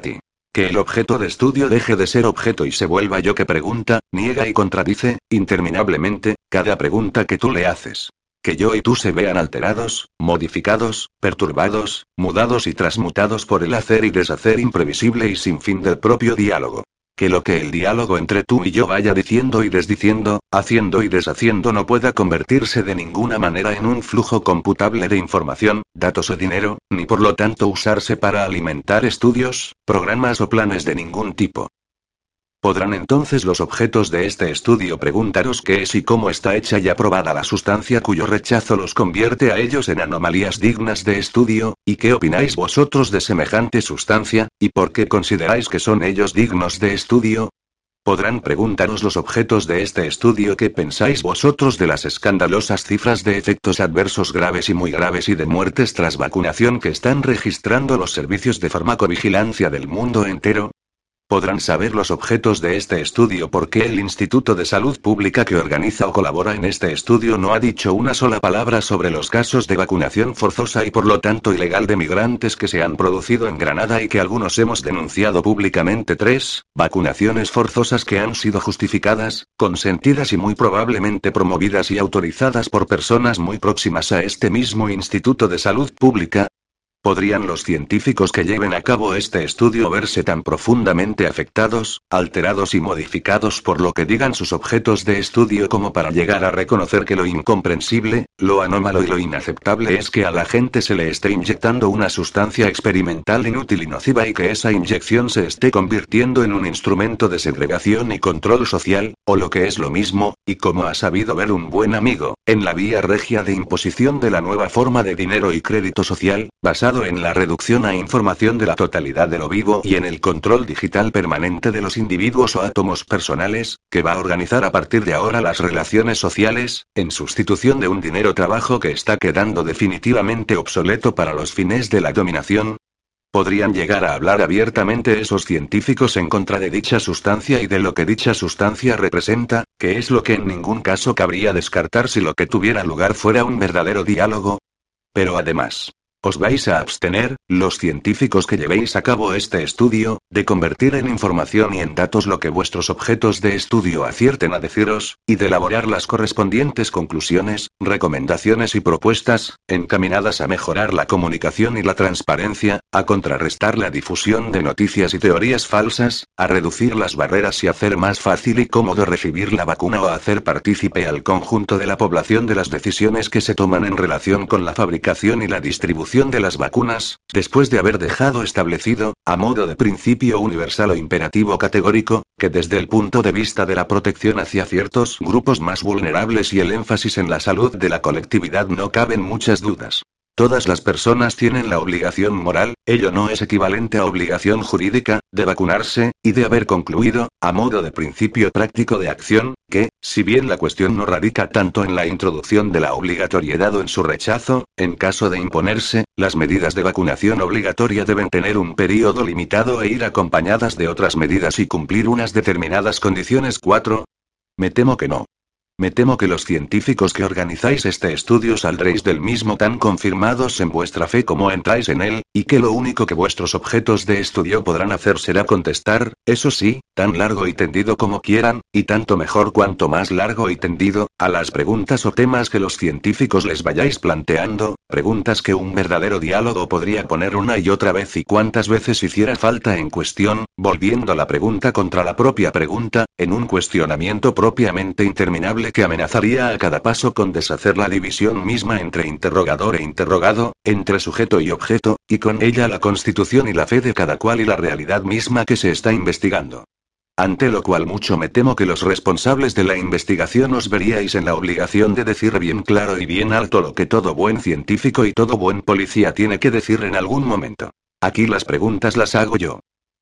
Que el objeto de estudio deje de ser objeto y se vuelva yo que pregunta, niega y contradice, interminablemente, cada pregunta que tú le haces. Que yo y tú se vean alterados, modificados, perturbados, mudados y transmutados por el hacer y deshacer imprevisible y sin fin del propio diálogo. Que lo que el diálogo entre tú y yo vaya diciendo y desdiciendo, haciendo y deshaciendo no pueda convertirse de ninguna manera en un flujo computable de información, datos o dinero, ni por lo tanto usarse para alimentar estudios, programas o planes de ningún tipo. ¿Podrán entonces los objetos de este estudio preguntaros qué es y cómo está hecha y aprobada la sustancia cuyo rechazo los convierte a ellos en anomalías dignas de estudio, y qué opináis vosotros de semejante sustancia, y por qué consideráis que son ellos dignos de estudio? ¿Podrán preguntaros los objetos de este estudio qué pensáis vosotros de las escandalosas cifras de efectos adversos graves y muy graves y de muertes tras vacunación que están registrando los servicios de farmacovigilancia del mundo entero? ¿Podrán saber los objetos de este estudio por qué el Instituto de Salud Pública que organiza o colabora en este estudio no ha dicho una sola palabra sobre los casos de vacunación forzosa y por lo tanto ilegal de migrantes que se han producido en Granada y que algunos hemos denunciado públicamente? Tres, vacunaciones forzosas que han sido justificadas, consentidas y muy probablemente promovidas y autorizadas por personas muy próximas a este mismo Instituto de Salud Pública. ¿Podrían los científicos que lleven a cabo este estudio verse tan profundamente afectados, alterados y modificados por lo que digan sus objetos de estudio como para llegar a reconocer que lo incomprensible, lo anómalo y lo inaceptable es que a la gente se le esté inyectando una sustancia experimental inútil y nociva y que esa inyección se esté convirtiendo en un instrumento de segregación y control social, o lo que es lo mismo, y como ha sabido ver un buen amigo, en la vía regia de imposición de la nueva forma de dinero y crédito social, basada en la reducción a información de la totalidad de lo vivo y en el control digital permanente de los individuos o átomos personales, que va a organizar a partir de ahora las relaciones sociales, en sustitución de un dinero-trabajo que está quedando definitivamente obsoleto para los fines de la dominación. ¿Podrían llegar a hablar abiertamente esos científicos en contra de dicha sustancia y de lo que dicha sustancia representa, que es lo que en ningún caso cabría descartar si lo que tuviera lugar fuera un verdadero diálogo? Pero además, ¿os vais a abstener, los científicos que llevéis a cabo este estudio, de convertir en información y en datos lo que vuestros objetos de estudio acierten a deciros, y de elaborar las correspondientes conclusiones, recomendaciones y propuestas, encaminadas a mejorar la comunicación y la transparencia, a contrarrestar la difusión de noticias y teorías falsas, a reducir las barreras y hacer más fácil y cómodo recibir la vacuna o a hacer partícipe al conjunto de la población de las decisiones que se toman en relación con la fabricación y la distribución de las vacunas, después de haber dejado establecido, a modo de principio universal o imperativo categórico, que desde el punto de vista de la protección hacia ciertos grupos más vulnerables y el énfasis en la salud de la colectividad no caben muchas dudas? Todas las personas tienen la obligación moral, ello no es equivalente a obligación jurídica, de vacunarse, y de haber concluido, a modo de principio práctico de acción, que, si bien la cuestión no radica tanto en la introducción de la obligatoriedad o en su rechazo, en caso de imponerse, las medidas de vacunación obligatoria deben tener un período limitado e ir acompañadas de otras medidas y cumplir unas determinadas condiciones. Cuatro. Me temo que no. Me temo que los científicos que organizáis este estudio saldréis del mismo tan confirmados en vuestra fe como entráis en él, y que lo único que vuestros objetos de estudio podrán hacer será contestar, eso sí, tan largo y tendido como quieran, y tanto mejor cuanto más largo y tendido, a las preguntas o temas que los científicos les vayáis planteando, preguntas que un verdadero diálogo podría poner una y otra vez y cuantas veces hiciera falta en cuestión, volviendo la pregunta contra la propia pregunta, en un cuestionamiento propiamente interminable que amenazaría a cada paso con deshacer la división misma entre interrogador e interrogado, entre sujeto y objeto, y con ella la constitución y la fe de cada cual y la realidad misma que se está investigando. Ante lo cual mucho me temo que los responsables de la investigación os veríais en la obligación de decir bien claro y bien alto lo que todo buen científico y todo buen policía tiene que decir en algún momento. Aquí las preguntas las hago yo.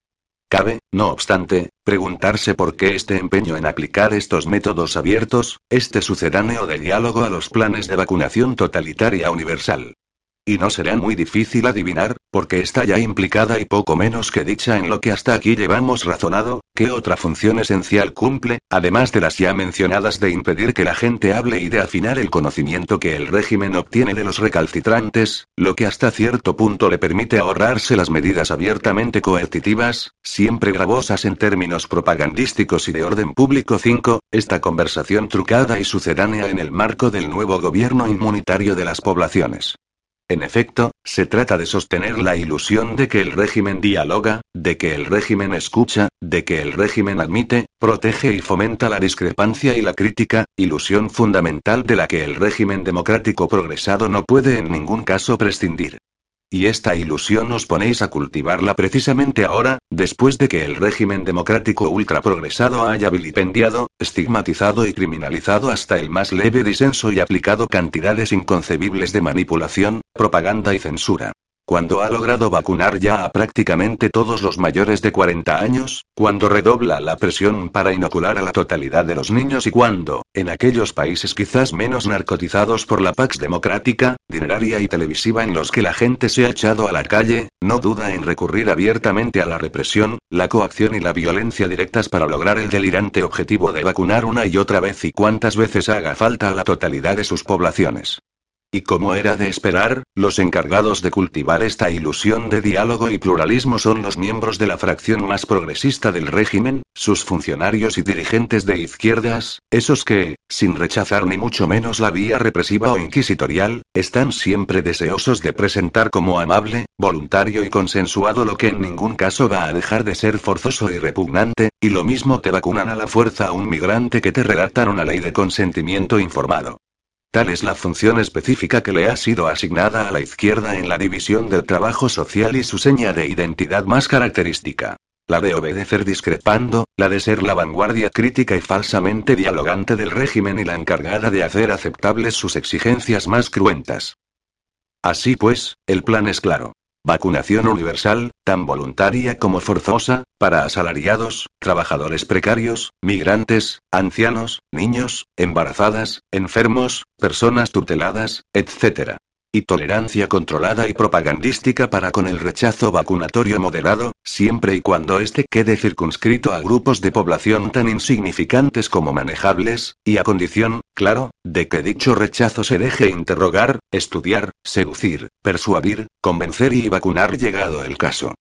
Cabe, no obstante, preguntarse por qué este empeño en aplicar estos métodos abiertos, este sucedáneo de diálogo a los planes de vacunación totalitaria universal. Y no será muy difícil adivinar, porque está ya implicada y poco menos que dicha en lo que hasta aquí llevamos razonado, qué otra función esencial cumple, además de las ya mencionadas de impedir que la gente hable y de afinar el conocimiento que el régimen obtiene de los recalcitrantes, lo que hasta cierto punto le permite ahorrarse las medidas abiertamente coercitivas, siempre gravosas en términos propagandísticos y de orden público. cinco. Esta conversación trucada y sucedánea en el marco del nuevo gobierno inmunitario de las poblaciones. En efecto, se trata de sostener la ilusión de que el régimen dialoga, de que el régimen escucha, de que el régimen admite, protege y fomenta la discrepancia y la crítica, ilusión fundamental de la que el régimen democrático progresado no puede en ningún caso prescindir. Y esta ilusión os ponéis a cultivarla precisamente ahora, después de que el régimen democrático ultraprogresado haya vilipendiado, estigmatizado y criminalizado hasta el más leve disenso y aplicado cantidades inconcebibles de manipulación, propaganda y censura. Cuando ha logrado vacunar ya a prácticamente todos los mayores de cuarenta años, cuando redobla la presión para inocular a la totalidad de los niños y cuando, en aquellos países quizás menos narcotizados por la Pax democrática, dineraria y televisiva en los que la gente se ha echado a la calle, no duda en recurrir abiertamente a la represión, la coacción y la violencia directas para lograr el delirante objetivo de vacunar una y otra vez y cuantas veces haga falta a la totalidad de sus poblaciones. Y como era de esperar, los encargados de cultivar esta ilusión de diálogo y pluralismo son los miembros de la fracción más progresista del régimen, sus funcionarios y dirigentes de izquierdas, esos que, sin rechazar ni mucho menos la vía represiva o inquisitorial, están siempre deseosos de presentar como amable, voluntario y consensuado lo que en ningún caso va a dejar de ser forzoso y repugnante, y lo mismo te vacunan a la fuerza a un migrante que te redactan una ley de consentimiento informado. Tal es la función específica que le ha sido asignada a la izquierda en la división del trabajo social y su seña de identidad más característica. La de obedecer discrepando, la de ser la vanguardia crítica y falsamente dialogante del régimen y la encargada de hacer aceptables sus exigencias más cruentas. Así pues, el plan es claro. Vacunación universal, tan voluntaria como forzosa, para asalariados, trabajadores precarios, migrantes, ancianos, niños, embarazadas, enfermos, personas tuteladas, etcétera. Y tolerancia controlada y propagandística para con el rechazo vacunatorio moderado, siempre y cuando éste quede circunscrito a grupos de población tan insignificantes como manejables, y a condición, claro, de que dicho rechazo se deje interrogar, estudiar, seducir, persuadir, convencer y vacunar llegado el caso.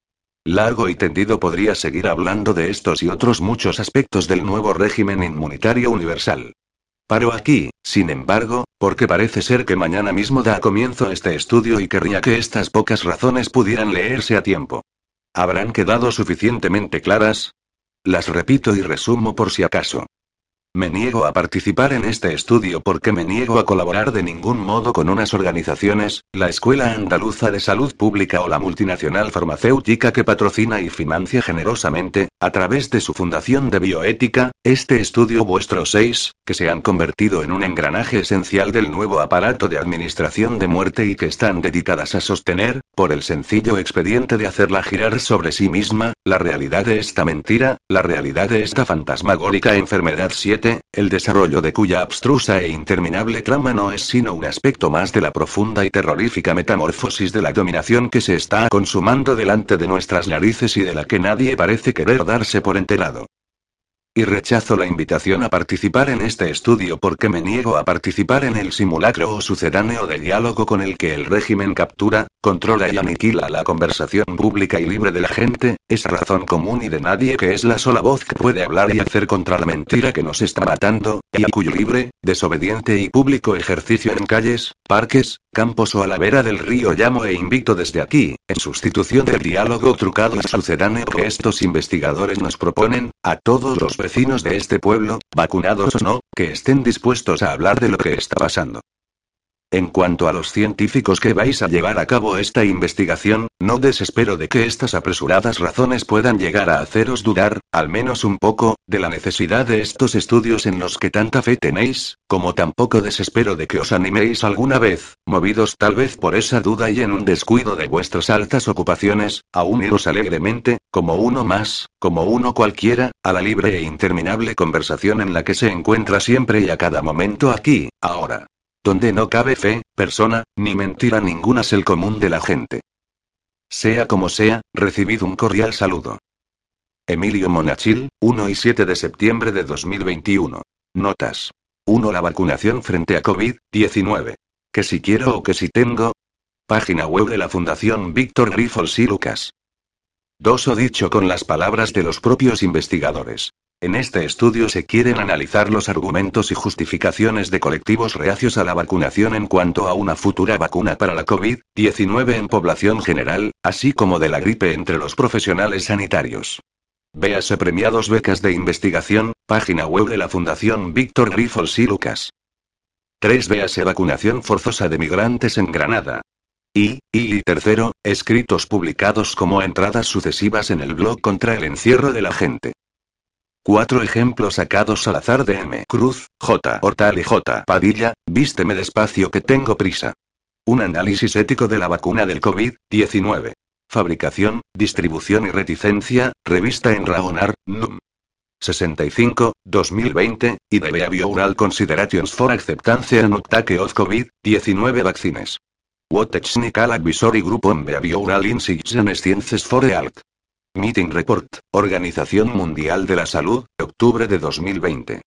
Largo y tendido podría seguir hablando de estos y otros muchos aspectos del nuevo régimen inmunitario universal. Paro aquí, sin embargo, porque parece ser que mañana mismo da comienzo este estudio y querría que estas pocas razones pudieran leerse a tiempo. ¿Habrán quedado suficientemente claras? Las repito y resumo por si acaso. Me niego a participar en este estudio porque me niego a colaborar de ningún modo con unas organizaciones, la Escuela Andaluza de Salud Pública o la multinacional farmacéutica que patrocina y financia generosamente, a través de su Fundación de Bioética, este estudio vuestro seis, que se han convertido en un engranaje esencial del nuevo aparato de administración de muerte y que están dedicadas a sostener, por el sencillo expediente de hacerla girar sobre sí misma, la realidad de esta mentira, la realidad de esta fantasmagórica enfermedad siete, el desarrollo de cuya abstrusa e interminable trama no es sino un aspecto más de la profunda y terrorífica metamorfosis de la dominación que se está consumando delante de nuestras narices y de la que nadie parece querer darse por enterado. Y rechazo la invitación a participar en este estudio porque me niego a participar en el simulacro o sucedáneo de diálogo con el que el régimen captura, controla y aniquila la conversación pública y libre de la gente, esa razón común y de nadie que es la sola voz que puede hablar y hacer contra la mentira que nos está matando, y cuyo libre, desobediente y público ejercicio en calles, parques, campos o a la vera del río llamo e invito desde aquí, en sustitución del diálogo trucado y sucedáneo que estos investigadores nos proponen, a todos los vecinos de este pueblo, vacunados o no, que estén dispuestos a hablar de lo que está pasando. En cuanto a los científicos que vais a llevar a cabo esta investigación, no desespero de que estas apresuradas razones puedan llegar a haceros dudar, al menos un poco, de la necesidad de estos estudios en los que tanta fe tenéis, como tampoco desespero de que os animéis alguna vez, movidos tal vez por esa duda y en un descuido de vuestras altas ocupaciones, a uniros alegremente, como uno más, como uno cualquiera, a la libre e interminable conversación en la que se encuentra siempre y a cada momento aquí, ahora. Donde no cabe fe, persona, ni mentira ninguna es el común de la gente. Sea como sea, recibid un cordial saludo. Emilio Monachil, uno y siete de septiembre de dos mil veintiuno. Notas. uno. La vacunación frente a COVID diecinueve. Que si quiero o que si tengo. Página web de la Fundación Víctor Grifols y Lucas. dos. O dicho con las palabras de los propios investigadores. En este estudio se quieren analizar los argumentos y justificaciones de colectivos reacios a la vacunación en cuanto a una futura vacuna para la COVID diecinueve en población general, así como de la gripe entre los profesionales sanitarios. Véase premiados becas de investigación, página web de la Fundación Víctor Grifols y Lucas. tres. Véase vacunación forzosa de migrantes en Granada. Y, y, y tercero, escritos publicados como entradas sucesivas en el blog contra el encierro de la gente. Cuatro ejemplos sacados al azar de M. Cruz, J. Hortal y J. Padilla, vísteme despacio que tengo prisa. Un análisis ético de la vacuna del COVID diecinueve. Fabricación, distribución y reticencia, revista en Raonar, Num. sesenta y cinco, dos mil veinte, y de Behavioral Considerations for Acceptance and Uptake of COVID diecinueve Vaccines. What Technical Advisory Group on Behavioral Insights and Sciences for Health. Meeting Report, Organización Mundial de la Salud, octubre de dos mil veinte.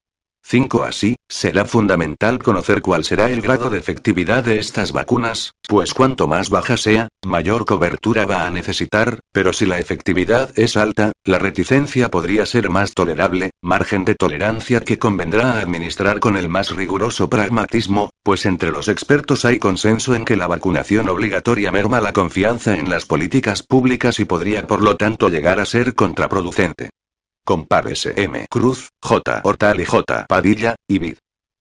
cinco. Así, será fundamental conocer cuál será el grado de efectividad de estas vacunas, pues cuanto más baja sea, mayor cobertura va a necesitar, pero si la efectividad es alta, la reticencia podría ser más tolerable, margen de tolerancia que convendrá administrar con el más riguroso pragmatismo, pues entre los expertos hay consenso en que la vacunación obligatoria merma la confianza en las políticas públicas y podría por lo tanto llegar a ser contraproducente. Compárese M. Cruz, J. Hortal y J. Padilla, y Vid.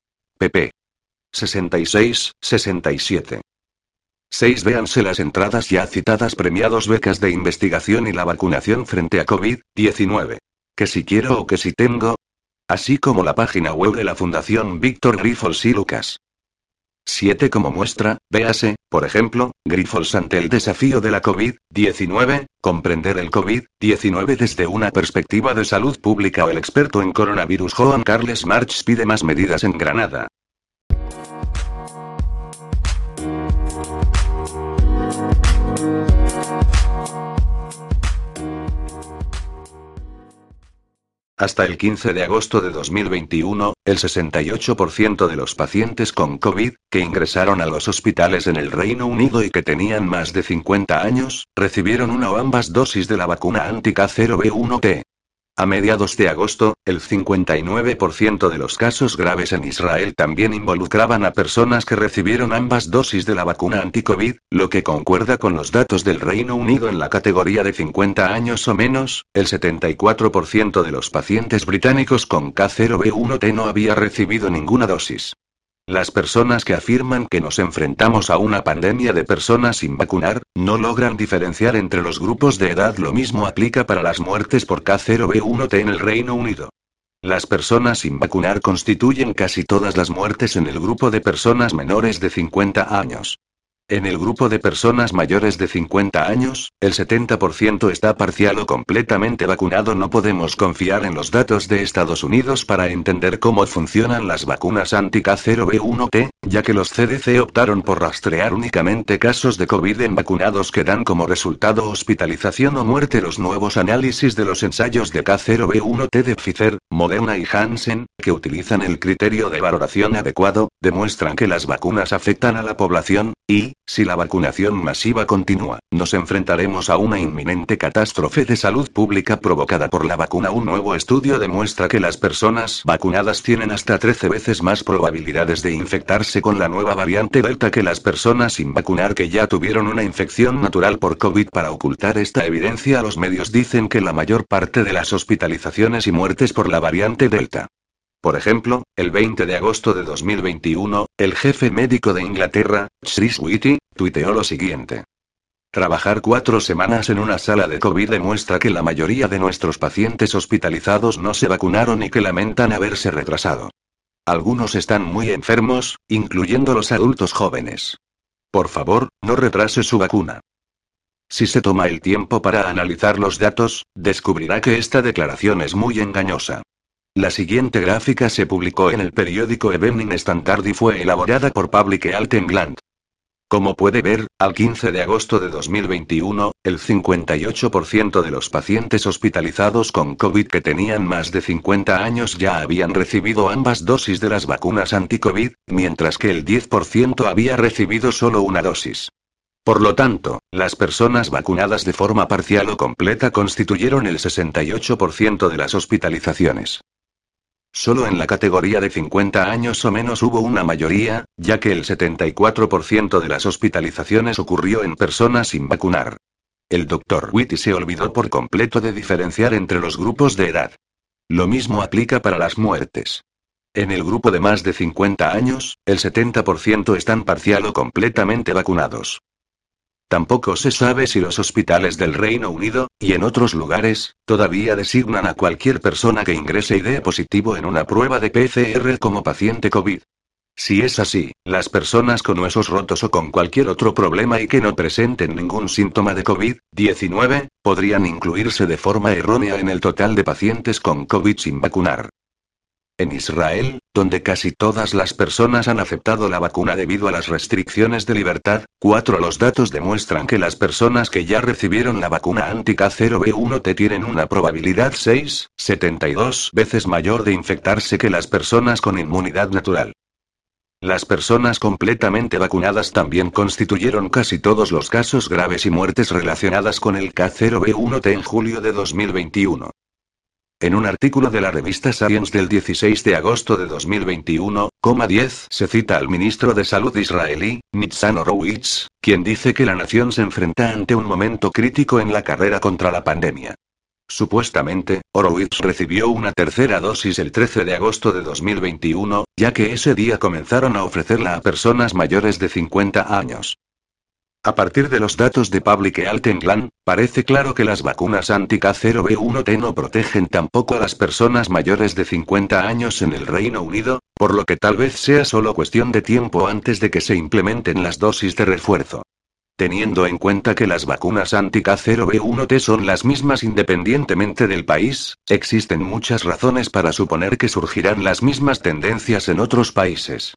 pp. sesenta y seis, sesenta y siete. seis. Véanse las entradas ya citadas premiados becas de investigación y la vacunación frente a COVID diecinueve. Que si quiero o que si tengo. Así como la página web de la Fundación Víctor Grifols y Lucas. siete. Como muestra, véase, por ejemplo, Grifols ante el desafío de la COVID diecinueve, comprender el COVID diecinueve desde una perspectiva de salud pública o el experto en coronavirus Joan Carles March pide más medidas en Granada. Hasta el quince de agosto de dos mil veintiuno, el sesenta y ocho por ciento de los pacientes con COVID, que ingresaron a los hospitales en el Reino Unido y que tenían más de cincuenta años, recibieron una o ambas dosis de la vacuna anti-K cero B uno T. A mediados de agosto, el cincuenta y nueve por ciento de los casos graves en Israel también involucraban a personas que recibieron ambas dosis de la vacuna anti-COVID, lo que concuerda con los datos del Reino Unido en la categoría de cincuenta años o menos. El setenta y cuatro por ciento de los pacientes británicos con K cero B uno T no había recibido ninguna dosis. Las personas que afirman que nos enfrentamos a una pandemia de personas sin vacunar, no logran diferenciar entre los grupos de edad. Lo mismo aplica para las muertes por K cero B uno T en el Reino Unido. Las personas sin vacunar constituyen casi todas las muertes en el grupo de personas menores de cincuenta años. En el grupo de personas mayores de cincuenta años, el setenta por ciento está parcial o completamente vacunado. No podemos confiar en los datos de Estados Unidos para entender cómo funcionan las vacunas anti-K cero B uno T, ya que los C D C optaron por rastrear únicamente casos de COVID en vacunados que dan como resultado hospitalización o muerte. Los nuevos análisis de los ensayos de K cero B uno T de Pfizer, Moderna y Janssen, que utilizan el criterio de valoración adecuado, demuestran que las vacunas afectan a la población, y, si la vacunación masiva continúa, nos enfrentaremos a una inminente catástrofe de salud pública provocada por la vacuna. Un nuevo estudio demuestra que las personas vacunadas tienen hasta trece veces más probabilidades de infectarse con la nueva variante Delta que las personas sin vacunar que ya tuvieron una infección natural por COVID. Para ocultar esta evidencia, los medios dicen que la mayor parte de las hospitalizaciones y muertes por la variante Delta. Por ejemplo, el veinte de agosto de dos mil veintiuno, el jefe médico de Inglaterra, Chris Whitty, tuiteó lo siguiente. Trabajar cuatro semanas en una sala de COVID demuestra que la mayoría de nuestros pacientes hospitalizados no se vacunaron y que lamentan haberse retrasado. Algunos están muy enfermos, incluyendo los adultos jóvenes. Por favor, no retrase su vacuna. Si se toma el tiempo para analizar los datos, descubrirá que esta declaración es muy engañosa. La siguiente gráfica se publicó en el periódico Evening Standard y fue elaborada por Public Health England. Como puede ver, al quince de agosto de dos mil veintiuno, el cincuenta y ocho por ciento de los pacientes hospitalizados con COVID que tenían más de cincuenta años ya habían recibido ambas dosis de las vacunas anti-COVID, mientras que el diez por ciento había recibido solo una dosis. Por lo tanto, las personas vacunadas de forma parcial o completa constituyeron el sesenta y ocho por ciento de las hospitalizaciones. Solo en la categoría de cincuenta años o menos hubo una mayoría, ya que el setenta y cuatro por ciento de las hospitalizaciones ocurrió en personas sin vacunar. El doctor Whitty se olvidó por completo de diferenciar entre los grupos de edad. Lo mismo aplica para las muertes. En el grupo de más de cincuenta años, el setenta por ciento están parcial o completamente vacunados. Tampoco se sabe si los hospitales del Reino Unido, y en otros lugares, todavía designan a cualquier persona que ingrese y dé positivo en una prueba de P C R como paciente COVID. Si es así, las personas con huesos rotos o con cualquier otro problema y que no presenten ningún síntoma de COVID diecinueve, podrían incluirse de forma errónea en el total de pacientes con COVID sin vacunar. En Israel, donde casi todas las personas han aceptado la vacuna debido a las restricciones de libertad, cuatro los datos demuestran que las personas que ya recibieron la vacuna anti-K cero B uno T tienen una probabilidad seis coma setenta y dos veces mayor de infectarse que las personas con inmunidad natural. Las personas completamente vacunadas también constituyeron casi todos los casos graves y muertes relacionadas con el K cero B uno T en julio de dos mil veintiuno. En un artículo de la revista Science del dieciséis de agosto de dos mil veintiuno, diez, se cita al ministro de Salud israelí, Nitzan Horowitz, quien dice que la nación se enfrenta ante un momento crítico en la carrera contra la pandemia. Supuestamente, Horowitz recibió una tercera dosis el trece de agosto de dos mil veintiuno, ya que ese día comenzaron a ofrecerla a personas mayores de cincuenta años. A partir de los datos de Public Health England, parece claro que las vacunas anti-K cero B uno T no protegen tampoco a las personas mayores de cincuenta años en el Reino Unido, por lo que tal vez sea solo cuestión de tiempo antes de que se implementen las dosis de refuerzo. Teniendo en cuenta que las vacunas anti-K cero B uno T son las mismas independientemente del país, existen muchas razones para suponer que surgirán las mismas tendencias en otros países.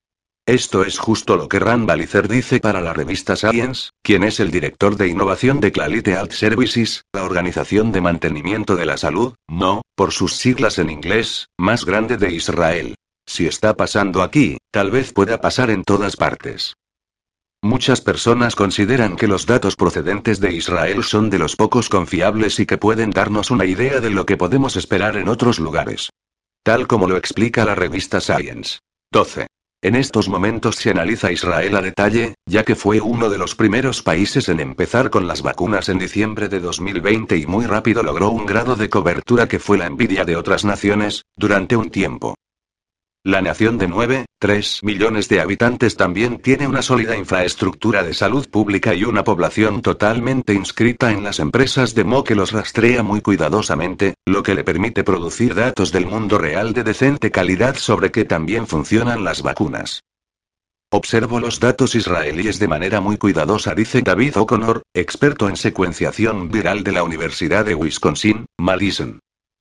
Esto es justo lo que Ran Balicer dice para la revista Science, quien es el director de innovación de Quality Health Services, la organización de mantenimiento de la salud, M O, por sus siglas en inglés, más grande de Israel. Si está pasando aquí, tal vez pueda pasar en todas partes. Muchas personas consideran que los datos procedentes de Israel son de los pocos confiables y que pueden darnos una idea de lo que podemos esperar en otros lugares. Tal como lo explica la revista Science. doce. En estos momentos se analiza Israel a detalle, ya que fue uno de los primeros países en empezar con las vacunas en diciembre de dos mil veinte y muy rápido logró un grado de cobertura que fue la envidia de otras naciones, durante un tiempo. La nación de nueve coma tres millones de habitantes también tiene una sólida infraestructura de salud pública y una población totalmente inscrita en las empresas de M O que los rastrea muy cuidadosamente, lo que le permite producir datos del mundo real de decente calidad sobre que también funcionan las vacunas. Observo los datos israelíes de manera muy cuidadosa, dice David O'Connor, experto en secuenciación viral de la Universidad de Wisconsin, Madison.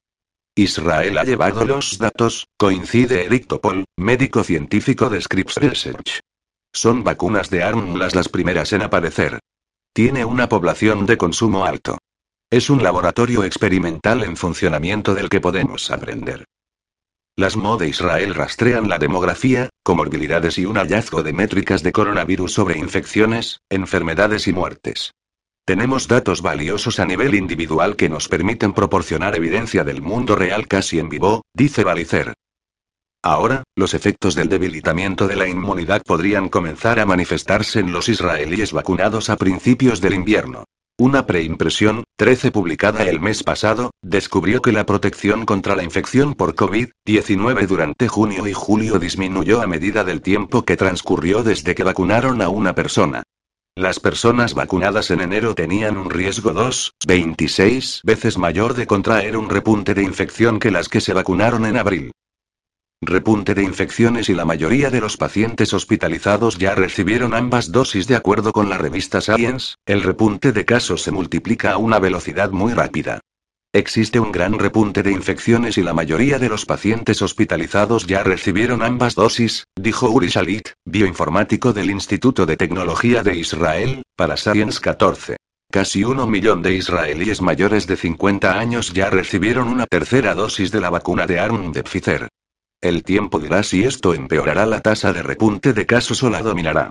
Israel ha llevado los datos, coincide Eric Topol, médico científico de Scripps Research. Son vacunas de ARMLAS las primeras en aparecer. Tiene una población de consumo alto. Es un laboratorio experimental en funcionamiento del que podemos aprender. Las M O de Israel rastrean la demografía, comorbilidades y un hallazgo de métricas de coronavirus sobre infecciones, enfermedades y muertes. Tenemos datos valiosos a nivel individual que nos permiten proporcionar evidencia del mundo real casi en vivo, dice Balicer. Ahora, los efectos del debilitamiento de la inmunidad podrían comenzar a manifestarse en los israelíes vacunados a principios del invierno. Una preimpresión, trece publicada el mes pasado, descubrió que la protección contra la infección por COVID diecinueve durante junio y julio disminuyó a medida del tiempo que transcurrió desde que vacunaron a una persona. Las personas vacunadas en enero tenían un riesgo dos coma veintiséis veces mayor de contraer un repunte de infección que las que se vacunaron en abril. Repunte de infecciones y la mayoría de los pacientes hospitalizados ya recibieron ambas dosis. De acuerdo con la revista Science, el repunte de casos se multiplica a una velocidad muy rápida. Existe un gran repunte de infecciones y la mayoría de los pacientes hospitalizados ya recibieron ambas dosis, dijo Uri Shalit, bioinformático del Instituto de Tecnología de Israel, para Science catorce. Casi un millón de israelíes mayores de cincuenta años ya recibieron una tercera dosis de la vacuna de Arm de Pfizer. El tiempo dirá si esto empeorará la tasa de repunte de casos o la dominará.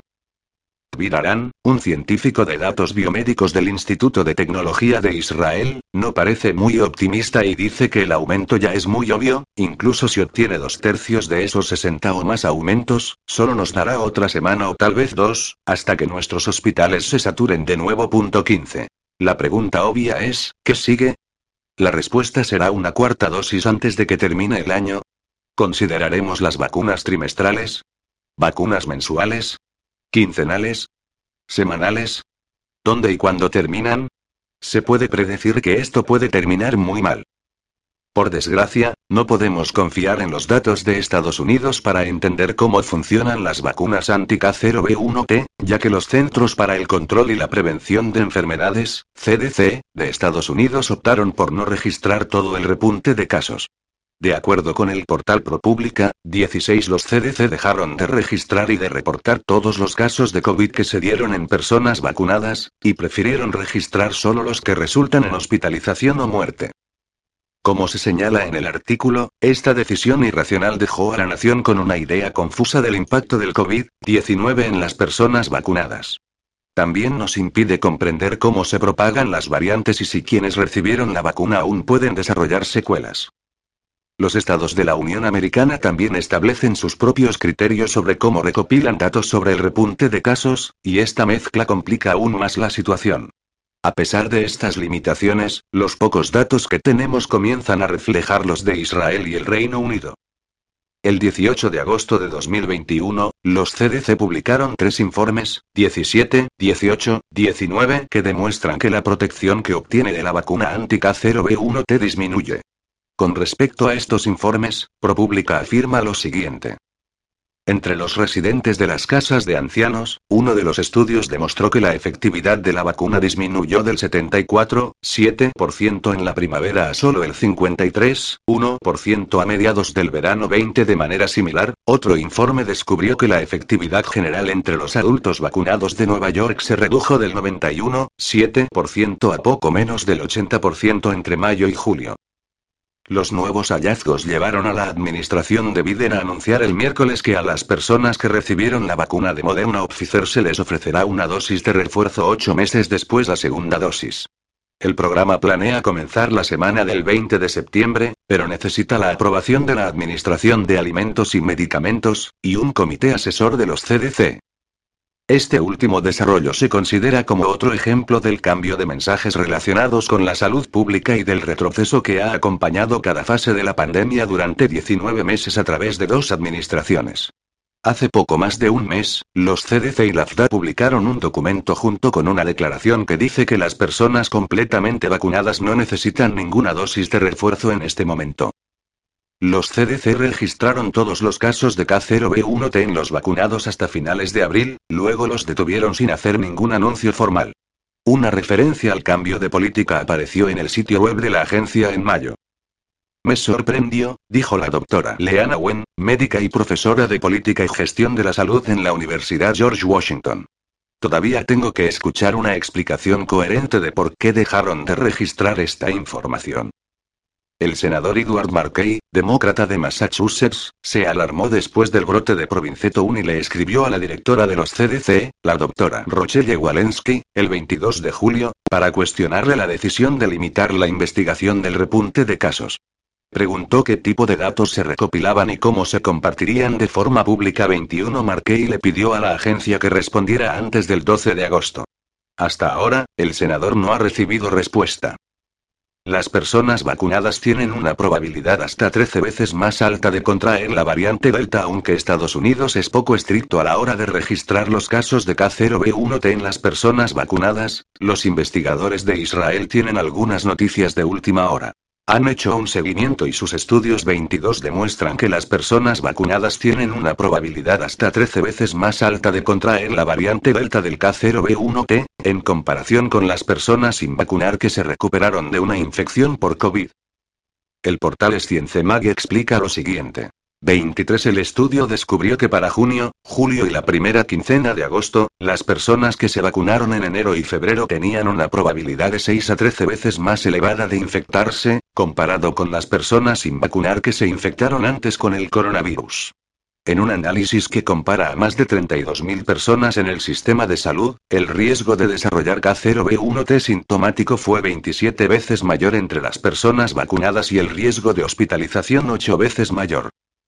Viraran, un científico de datos biomédicos del Instituto de Tecnología de Israel, no parece muy optimista y dice que el aumento ya es muy obvio, incluso si obtiene dos tercios de esos sesenta o más aumentos, solo nos dará otra semana o tal vez dos, hasta que nuestros hospitales se saturen de nuevo. Punto quince. La pregunta obvia es, ¿qué sigue? La respuesta será una cuarta dosis antes de que termine el año. ¿Consideraremos las vacunas trimestrales? ¿Vacunas mensuales? ¿Quincenales? ¿Semanales? ¿Dónde y cuándo terminan? Se puede predecir que esto puede terminar muy mal. Por desgracia, no podemos confiar en los datos de Estados Unidos para entender cómo funcionan las vacunas anti-K cero B uno T, ya que los Centros para el Control y la Prevención de Enfermedades, C D C, de Estados Unidos optaron por no registrar todo el repunte de casos. De acuerdo con el portal ProPublica, dieciséis los C D C dejaron de registrar y de reportar todos los casos de COVID que se dieron en personas vacunadas, y prefirieron registrar solo los que resultan en hospitalización o muerte. Como se señala en el artículo, esta decisión irracional dejó a la nación con una idea confusa del impacto del COVID diecinueve en las personas vacunadas. También nos impide comprender cómo se propagan las variantes y si quienes recibieron la vacuna aún pueden desarrollar secuelas. Los estados de la Unión Americana también establecen sus propios criterios sobre cómo recopilan datos sobre el repunte de casos, y esta mezcla complica aún más la situación. A pesar de estas limitaciones, los pocos datos que tenemos comienzan a reflejar los de Israel y el Reino Unido. El dieciocho de agosto de dos mil veintiuno, los C D C publicaron tres informes, diecisiete, dieciocho, diecinueve, que demuestran que la protección que obtiene de la vacuna anti-K cero B uno T disminuye. Con respecto a estos informes, ProPublica afirma lo siguiente. Entre los residentes de las casas de ancianos, uno de los estudios demostró que la efectividad de la vacuna disminuyó del setenta y cuatro coma siete por ciento en la primavera a solo el cincuenta y tres coma uno por ciento a mediados del verano veinte. De manera similar, otro informe descubrió que la efectividad general entre los adultos vacunados de Nueva York se redujo del noventa y uno coma siete por ciento a poco menos del ochenta por ciento entre mayo y julio. Los nuevos hallazgos llevaron a la administración de Biden a anunciar el miércoles que a las personas que recibieron la vacuna de Moderna o Pfizer se les ofrecerá una dosis de refuerzo ocho meses después la segunda dosis. El programa planea comenzar la semana del veinte de septiembre, pero necesita la aprobación de la Administración de Alimentos y Medicamentos, y un comité asesor de los C D C. Este último desarrollo se considera como otro ejemplo del cambio de mensajes relacionados con la salud pública y del retroceso que ha acompañado cada fase de la pandemia durante diecinueve meses a través de dos administraciones. Hace poco más de un mes, los C D C y la F D A publicaron un documento junto con una declaración que dice que las personas completamente vacunadas no necesitan ninguna dosis de refuerzo en este momento. Los C D C registraron todos los casos de K cero B uno T en los vacunados hasta finales de abril, luego los detuvieron sin hacer ningún anuncio formal. Una referencia al cambio de política apareció en el sitio web de la agencia en mayo. Me sorprendió, dijo la doctora Leana Wen, médica y profesora de Política y Gestión de la Salud en la Universidad George Washington. Todavía tengo que escuchar una explicación coherente de por qué dejaron de registrar esta información. El senador Edward Markey, demócrata de Massachusetts, se alarmó después del brote de Provinceto uno y le escribió a la directora de los C D C, la doctora Rochelle Walensky, el veintidós de julio, para cuestionarle la decisión de limitar la investigación del repunte de casos. Preguntó qué tipo de datos se recopilaban y cómo se compartirían de forma pública. veintiuno Markey le pidió a la agencia que respondiera antes del doce de agosto. Hasta ahora, el senador no ha recibido respuesta. Las personas vacunadas tienen una probabilidad hasta trece veces más alta de contraer la variante Delta, aunque Estados Unidos es poco estricto a la hora de registrar los casos de K cero B uno T en las personas vacunadas. Los investigadores de Israel tienen algunas noticias de última hora. Han hecho un seguimiento y sus estudios veintidós demuestran que las personas vacunadas tienen una probabilidad hasta trece veces más alta de contraer la variante Delta del K cero B uno T, en comparación con las personas sin vacunar que se recuperaron de una infección por COVID. El portal Sciencemag explica lo siguiente. veintitrés El estudio descubrió que para junio, julio y la primera quincena de agosto, las personas que se vacunaron en enero y febrero tenían una probabilidad de seis a trece veces más elevada de infectarse, comparado con las personas sin vacunar que se infectaron antes con el coronavirus. En un análisis que compara a más de treinta y dos mil personas en el sistema de salud, el riesgo de desarrollar K cero B uno T sintomático fue veintisiete veces mayor entre las personas vacunadas y el riesgo de hospitalización ocho veces mayor.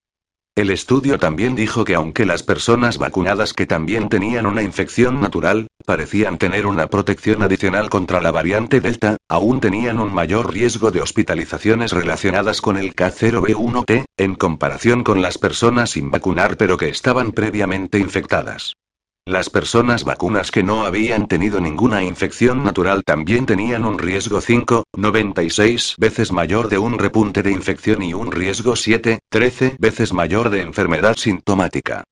El estudio también dijo que aunque las personas vacunadas que también tenían una infección natural, parecían tener una protección adicional contra la variante Delta, aún tenían un mayor riesgo de hospitalizaciones relacionadas con el K cero B uno T, en comparación con las personas sin vacunar pero que estaban previamente infectadas. Las personas vacunas que no habían tenido ninguna infección natural también tenían un riesgo cinco punto noventa y seis veces mayor de un repunte de infección y un riesgo siete punto trece veces mayor de enfermedad sintomática.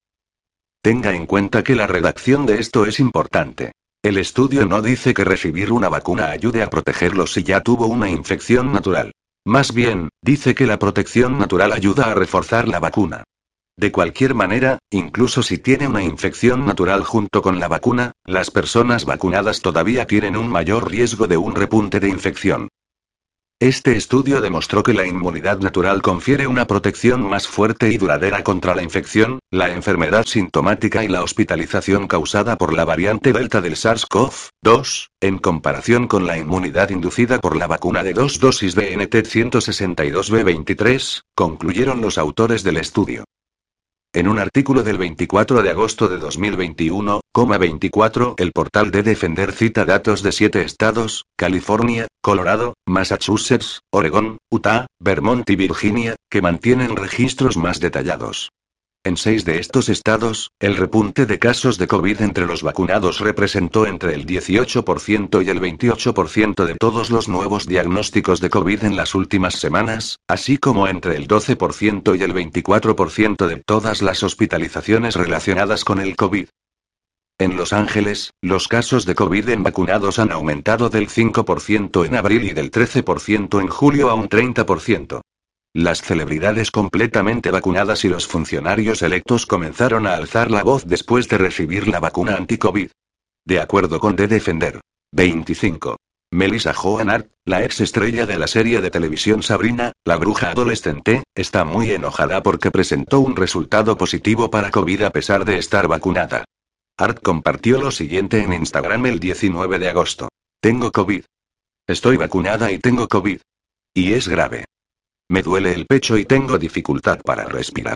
Tenga en cuenta que la redacción de esto es importante. El estudio no dice que recibir una vacuna ayude a protegerlo si ya tuvo una infección natural. Más bien, dice que la protección natural ayuda a reforzar la vacuna. De cualquier manera, incluso si tiene una infección natural junto con la vacuna, las personas vacunadas todavía tienen un mayor riesgo de un repunte de infección. Este estudio demostró que la inmunidad natural confiere una protección más fuerte y duradera contra la infección, la enfermedad sintomática y la hospitalización causada por la variante Delta del SARS-CoV dos, en comparación con la inmunidad inducida por la vacuna de dos dosis B N T ciento sesenta y dos B veintitrés, concluyeron los autores del estudio. En un artículo del veinticuatro de agosto de dos mil veintiuno, veinticuatro, el portal de Defender cita datos de siete estados, California, Colorado, Massachusetts, Oregón, Utah, Vermont y Virginia, que mantienen registros más detallados. En seis de estos estados, el repunte de casos de COVID entre los vacunados representó entre el dieciocho por ciento y el veintiocho por ciento de todos los nuevos diagnósticos de COVID en las últimas semanas, así como entre el doce por ciento y el veinticuatro por ciento de todas las hospitalizaciones relacionadas con el COVID. En Los Ángeles, los casos de COVID en vacunados han aumentado del cinco por ciento en abril y del trece por ciento en julio a un treinta por ciento. Las celebridades completamente vacunadas y los funcionarios electos comenzaron a alzar la voz después de recibir la vacuna anti-COVID. De acuerdo con The Defender. veinticinco. Melissa Joan Hart, la ex estrella de la serie de televisión Sabrina, la bruja adolescente, está muy enojada porque presentó un resultado positivo para COVID a pesar de estar vacunada. Hart compartió lo siguiente en Instagram el diecinueve de agosto. Tengo COVID. Estoy vacunada y tengo COVID. Y es grave. Me duele el pecho y tengo dificultad para respirar.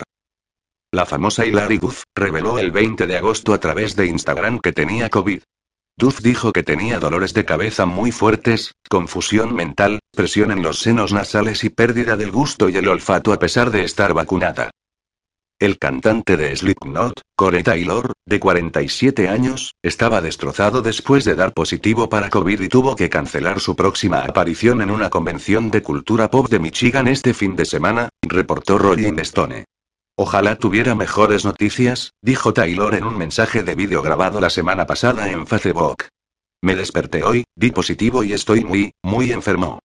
La famosa Hilary Duff reveló el veinte de agosto a través de Instagram que tenía COVID. Duff dijo que tenía dolores de cabeza muy fuertes, confusión mental, presión en los senos nasales y pérdida del gusto y el olfato a pesar de estar vacunada. El cantante de Slipknot, Corey Taylor, de cuarenta y siete años, estaba destrozado después de dar positivo para COVID y tuvo que cancelar su próxima aparición en una convención de cultura pop de Michigan este fin de semana, reportó Rolling Stone. Ojalá tuviera mejores noticias, dijo Taylor en un mensaje de vídeo grabado la semana pasada en Facebook. Me desperté hoy, di positivo y estoy muy, muy enfermo.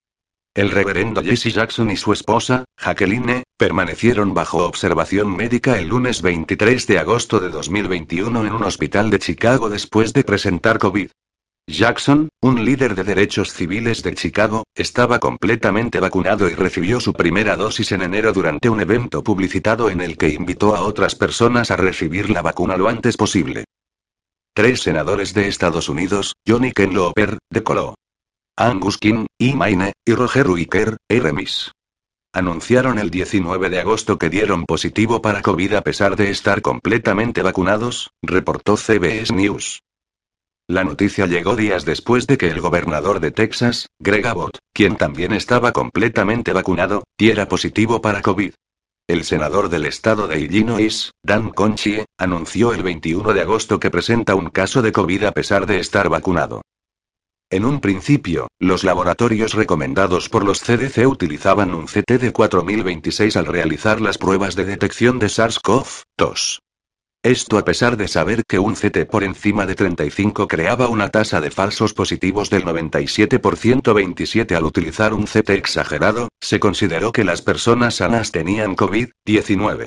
El reverendo Jesse Jackson y su esposa, Jacqueline, permanecieron bajo observación médica el lunes veintitrés de agosto de dos mil veintiuno en un hospital de Chicago después de presentar COVID. Jackson, un líder de derechos civiles de Chicago, estaba completamente vacunado y recibió su primera dosis en enero durante un evento publicitado en el que invitó a otras personas a recibir la vacuna lo antes posible. Tres senadores de Estados Unidos, Johnny Ken Loper, de Colorado, Angus King, E. Maine, y Roger Wicker, E. Remis, anunciaron el diecinueve de agosto que dieron positivo para COVID a pesar de estar completamente vacunados, reportó C B S News. La noticia llegó días después de que el gobernador de Texas, Greg Abbott, quien también estaba completamente vacunado, diera positivo para COVID. El senador del estado de Illinois, Dan Conchie, anunció el veintiuno de agosto que presenta un caso de COVID a pesar de estar vacunado. En un principio, los laboratorios recomendados por los C D C utilizaban un C T de cuatro mil veintiséis al realizar las pruebas de detección de SARS-CoV dos. Esto a pesar de saber que un C T por encima de treinta y cinco creaba una tasa de falsos positivos del noventa y siete por ciento. veintisiete Al utilizar un C T exagerado, se consideró que las personas sanas tenían COVID diecinueve.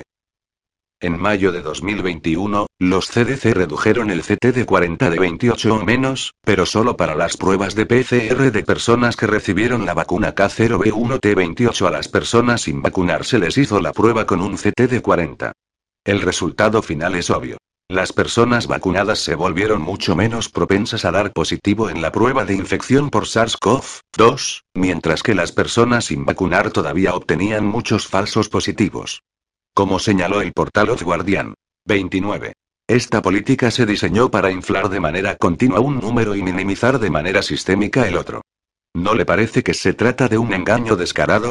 En mayo de dos mil veintiuno, los C D C redujeron el C T de cuarenta de veintiocho o menos, pero solo para las pruebas de P C R de personas que recibieron la vacuna K cero B uno T veintiocho. A las personas sin vacunar se les hizo la prueba con un C T de cuarenta. El resultado final es obvio. Las personas vacunadas se volvieron mucho menos propensas a dar positivo en la prueba de infección por SARS-CoV dos, mientras que las personas sin vacunar todavía obtenían muchos falsos positivos. Como señaló el portal Of Guardian. veintinueve. Esta política se diseñó para inflar de manera continua un número y minimizar de manera sistémica el otro. ¿No le parece que se trata de un engaño descarado?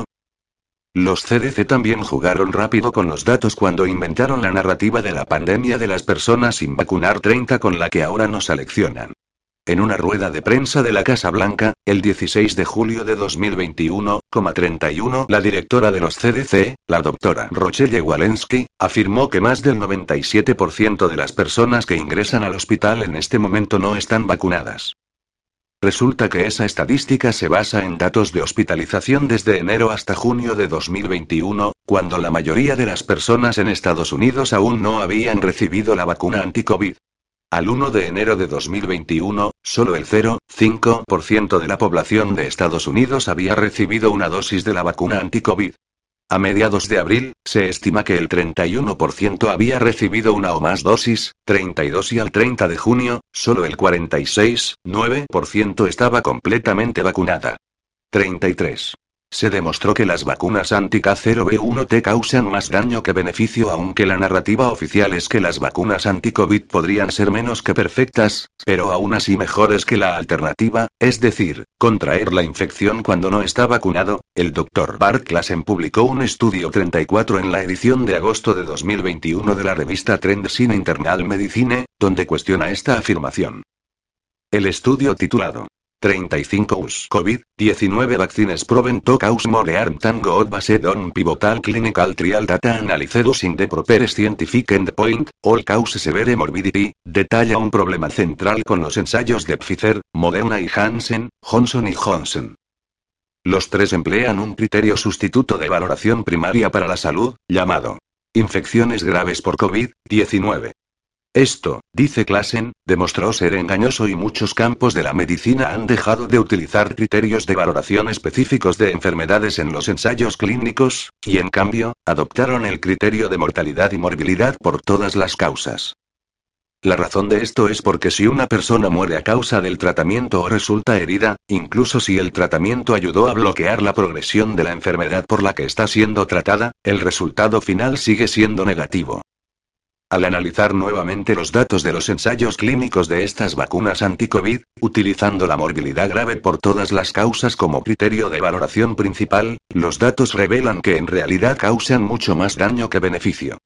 Los C D C también jugaron rápido con los datos cuando inventaron la narrativa de la pandemia de las personas sin vacunar treinta con la que ahora nos aleccionan. En una rueda de prensa de la Casa Blanca, el dieciséis de julio de dos mil veintiuno, treinta y uno, la directora de los C D C, la doctora Rochelle Walensky, afirmó que más del noventa y siete por ciento de las personas que ingresan al hospital en este momento no están vacunadas. Resulta que esa estadística se basa en datos de hospitalización desde enero hasta junio de dos mil veintiuno, cuando la mayoría de las personas en Estados Unidos aún no habían recibido la vacuna anti-COVID. Al primero de enero de dos mil veintiuno, solo el cero coma cinco por ciento de la población de Estados Unidos había recibido una dosis de la vacuna anti-COVID. A mediados de abril, se estima que el treinta y uno por ciento había recibido una o más dosis, treinta y dos y al treinta de junio, solo el cuarenta y seis coma nueve por ciento estaba completamente vacunada. treinta y tres. Se demostró que las vacunas anti-K cero B uno T causan más daño que beneficio, aunque la narrativa oficial es que las vacunas anti-COVID podrían ser menos que perfectas, pero aún así mejores que la alternativa, es decir, contraer la infección cuando no está vacunado. El doctor Bart Classen publicó un estudio treinta y cuatro en la edición de agosto de dos mil veintiuno de la revista Trends in Internal Medicine, donde cuestiona esta afirmación. El estudio titulado treinta y cinco U S COVID diecinueve Vaccines Proven to Cause More Harm Than Good Based on Pivotal Clinical Trial Data Analyzed Using the Proper Scientific Endpoint, All Cause Severe Morbidity, detalla un problema central con los ensayos de Pfizer, Moderna y Janssen, Johnson y Johnson. Los tres emplean un criterio sustituto de valoración primaria para la salud, llamado infecciones graves por COVID diecinueve. Esto, dice Classen, demostró ser engañoso y muchos campos de la medicina han dejado de utilizar criterios de valoración específicos de enfermedades en los ensayos clínicos, y en cambio, adoptaron el criterio de mortalidad y morbilidad por todas las causas. La razón de esto es porque si una persona muere a causa del tratamiento o resulta herida, incluso si el tratamiento ayudó a bloquear la progresión de la enfermedad por la que está siendo tratada, el resultado final sigue siendo negativo. Al analizar nuevamente los datos de los ensayos clínicos de estas vacunas anti-COVID, utilizando la morbilidad grave por todas las causas como criterio de valoración principal, los datos revelan que en realidad causan mucho más daño que beneficio.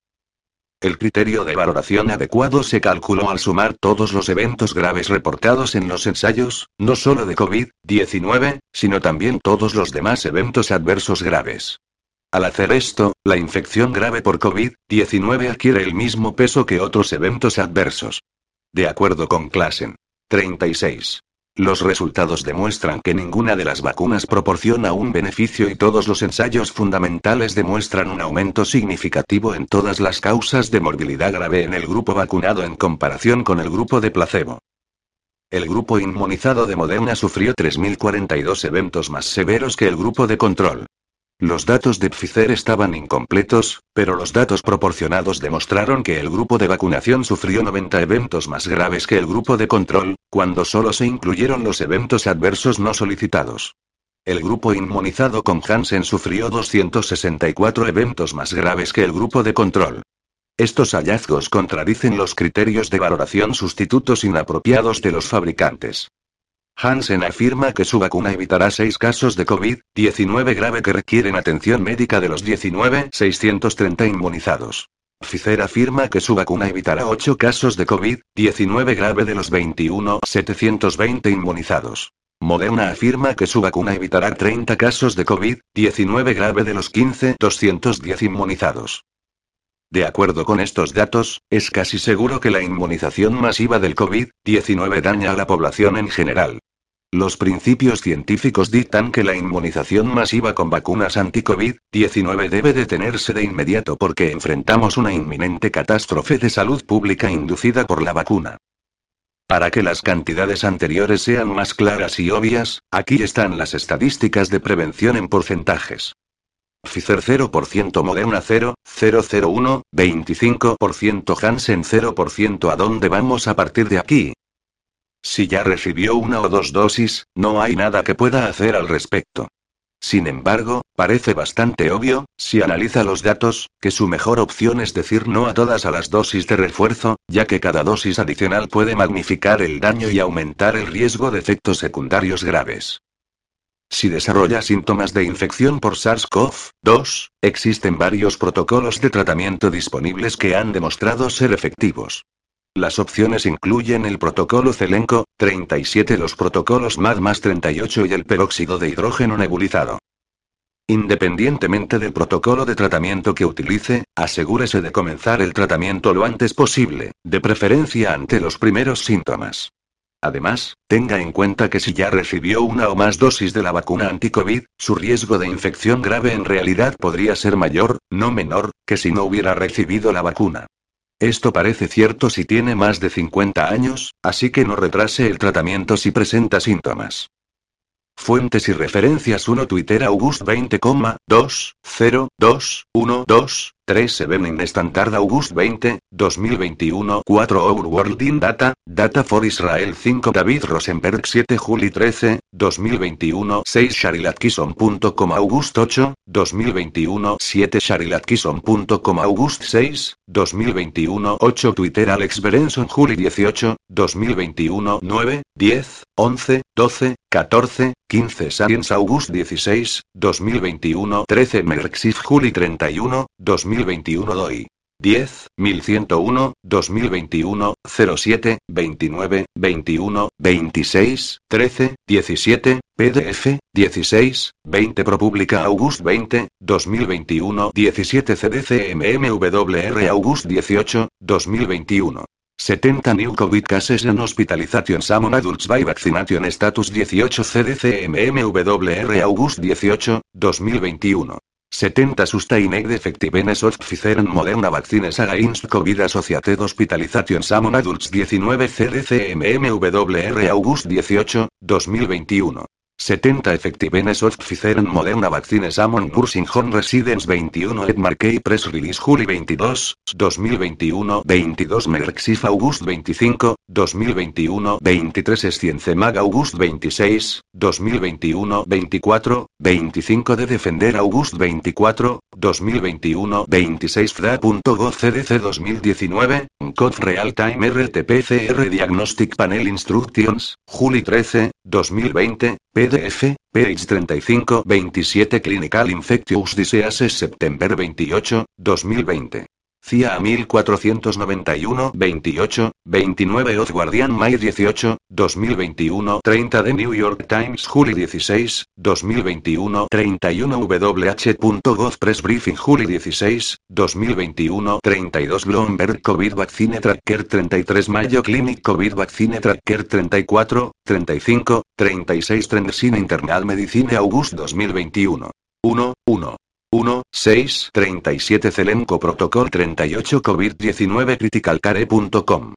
El criterio de valoración adecuado se calculó al sumar todos los eventos graves reportados en los ensayos, no solo de COVID diecinueve, sino también todos los demás eventos adversos graves. Al hacer esto, la infección grave por COVID diecinueve adquiere el mismo peso que otros eventos adversos. De acuerdo con Classen. treinta y seis. Los resultados demuestran que ninguna de las vacunas proporciona un beneficio y todos los ensayos fundamentales demuestran un aumento significativo en todas las causas de morbilidad grave en el grupo vacunado en comparación con el grupo de placebo. El grupo inmunizado de Moderna sufrió tres mil cuarenta y dos eventos más severos que el grupo de control. Los datos de Pfizer estaban incompletos, pero los datos proporcionados demostraron que el grupo de vacunación sufrió noventa eventos más graves que el grupo de control, cuando solo se incluyeron los eventos adversos no solicitados. El grupo inmunizado con Janssen sufrió doscientos sesenta y cuatro eventos más graves que el grupo de control. Estos hallazgos contradicen los criterios de valoración sustitutos inapropiados de los fabricantes. Janssen afirma que su vacuna evitará seis casos de COVID diecinueve grave que requieren atención médica de los diecinueve mil seiscientos treinta inmunizados. Pfizer afirma que su vacuna evitará ocho casos de COVID diecinueve grave de los veintiuno mil setecientos veinte inmunizados. Moderna afirma que su vacuna evitará treinta casos de COVID diecinueve grave de los quince mil doscientos diez inmunizados. De acuerdo con estos datos, es casi seguro que la inmunización masiva del COVID diecinueve daña a la población en general. Los principios científicos dictan que la inmunización masiva con vacunas anti-COVID diecinueve debe detenerse de inmediato porque enfrentamos una inminente catástrofe de salud pública inducida por la vacuna. Para que las cantidades anteriores sean más claras y obvias, aquí están las estadísticas de prevención en porcentajes. Pfizer cero por ciento, Moderna cero coma cero uno, veinticinco por ciento, Janssen cero por ciento. ¿A dónde vamos a partir de aquí? Si ya recibió una o dos dosis, no hay nada que pueda hacer al respecto. Sin embargo, parece bastante obvio, si analiza los datos, que su mejor opción es decir no a todas a las dosis de refuerzo, ya que cada dosis adicional puede magnificar el daño y aumentar el riesgo de efectos secundarios graves. Si desarrolla síntomas de infección por SARS-CoV dos, existen varios protocolos de tratamiento disponibles que han demostrado ser efectivos. Las opciones incluyen el protocolo Zelenko, treinta y siete, los protocolos M A D más treinta y ocho y el peróxido de hidrógeno nebulizado. Independientemente del protocolo de tratamiento que utilice, asegúrese de comenzar el tratamiento lo antes posible, de preferencia ante los primeros síntomas. Además, tenga en cuenta que si ya recibió una o más dosis de la vacuna anti-COVID, su riesgo de infección grave en realidad podría ser mayor, no menor, que si no hubiera recibido la vacuna. Esto parece cierto si tiene más de cincuenta años, así que no retrase el tratamiento si presenta síntomas. Fuentes y referencias. uno Twitter August veinte, dos, cero, dos, uno, dos, tres Evening Standard August veinte, dos mil veintiuno cuatro Our World in Data, Data for Israel cinco David Rosenberg siete Juli trece, dos mil veintiuno seis Sharilatkison punto com August ocho, dos mil veintiuno siete Sharilatkison punto com August seis, dos mil veintiuno ocho Twitter Alex Berenson Juli dieciocho, dos mil veintiuno nueve, diez, once, doce, catorce, quince Science August dieciséis, dos mil veintiuno trece Merxif Juli treinta y uno, dos mil veintiuno Doi diez, mil ciento uno, dos mil veintiuno, cero siete, veintinueve, veintiuno, veintiséis, trece, diecisiete, P D F, dieciséis, veinte ProPublica August veinte, dos mil veintiuno diecisiete C D C M M W R August dieciocho, dos mil veintiuno. setenta New COVID Cases and Hospitalization Some Adults by Vaccination Status dieciocho C D C M M W R August dieciocho, dos mil veintiuno. setenta Sustained Effectiveness of Pfizer and Moderna Vaccines Against COVID Associated Hospitalization Some Adults diecinueve C D C M M W R August dieciocho, dos mil veintiuno. setenta Effectiveness of Pfizer and Moderna Vaccines Among Nursing Home Residents veintiuno Ed Markey Press Release Juli veintidós, dos mil veintiuno veintidós Merxif August veinticinco, dos mil veintiuno veintitrés Science Mag August veintiséis, dos mil veintiuno veinticuatro, veinticinco de Defender August veinticuatro, dos mil veintiuno veintiséis F D A punto gov C D C dos mil diecinueve, Code Real Time R T P C R Diagnostic Panel Instructions, Juli trece, dos mil veinte, P D F, Page treinta y cinco veintisiete Clinical Infectious Diseases September veintiocho, dos mil veinte. C I A mil cuatrocientos noventa y uno veintiocho, veintinueve Oz Guardian May dieciocho, dos mil veintiuno treinta The New York Times Juli dieciséis, dos mil veintiuno treinta y uno W H punto gov Press Briefing Juli dieciséis, dos mil veintiuno treinta y dos Bloomberg COVID Vaccine Tracker treinta y tres Mayo Clinic COVID Vaccine Tracker treinta y cuatro, treinta y cinco, treinta y seis Trends in Internal Medicine August dos mil veintiuno. uno, uno. uno, seis, treinta y siete Zelenko Protocol treinta y ocho COVID diecinueve criticalcare punto com.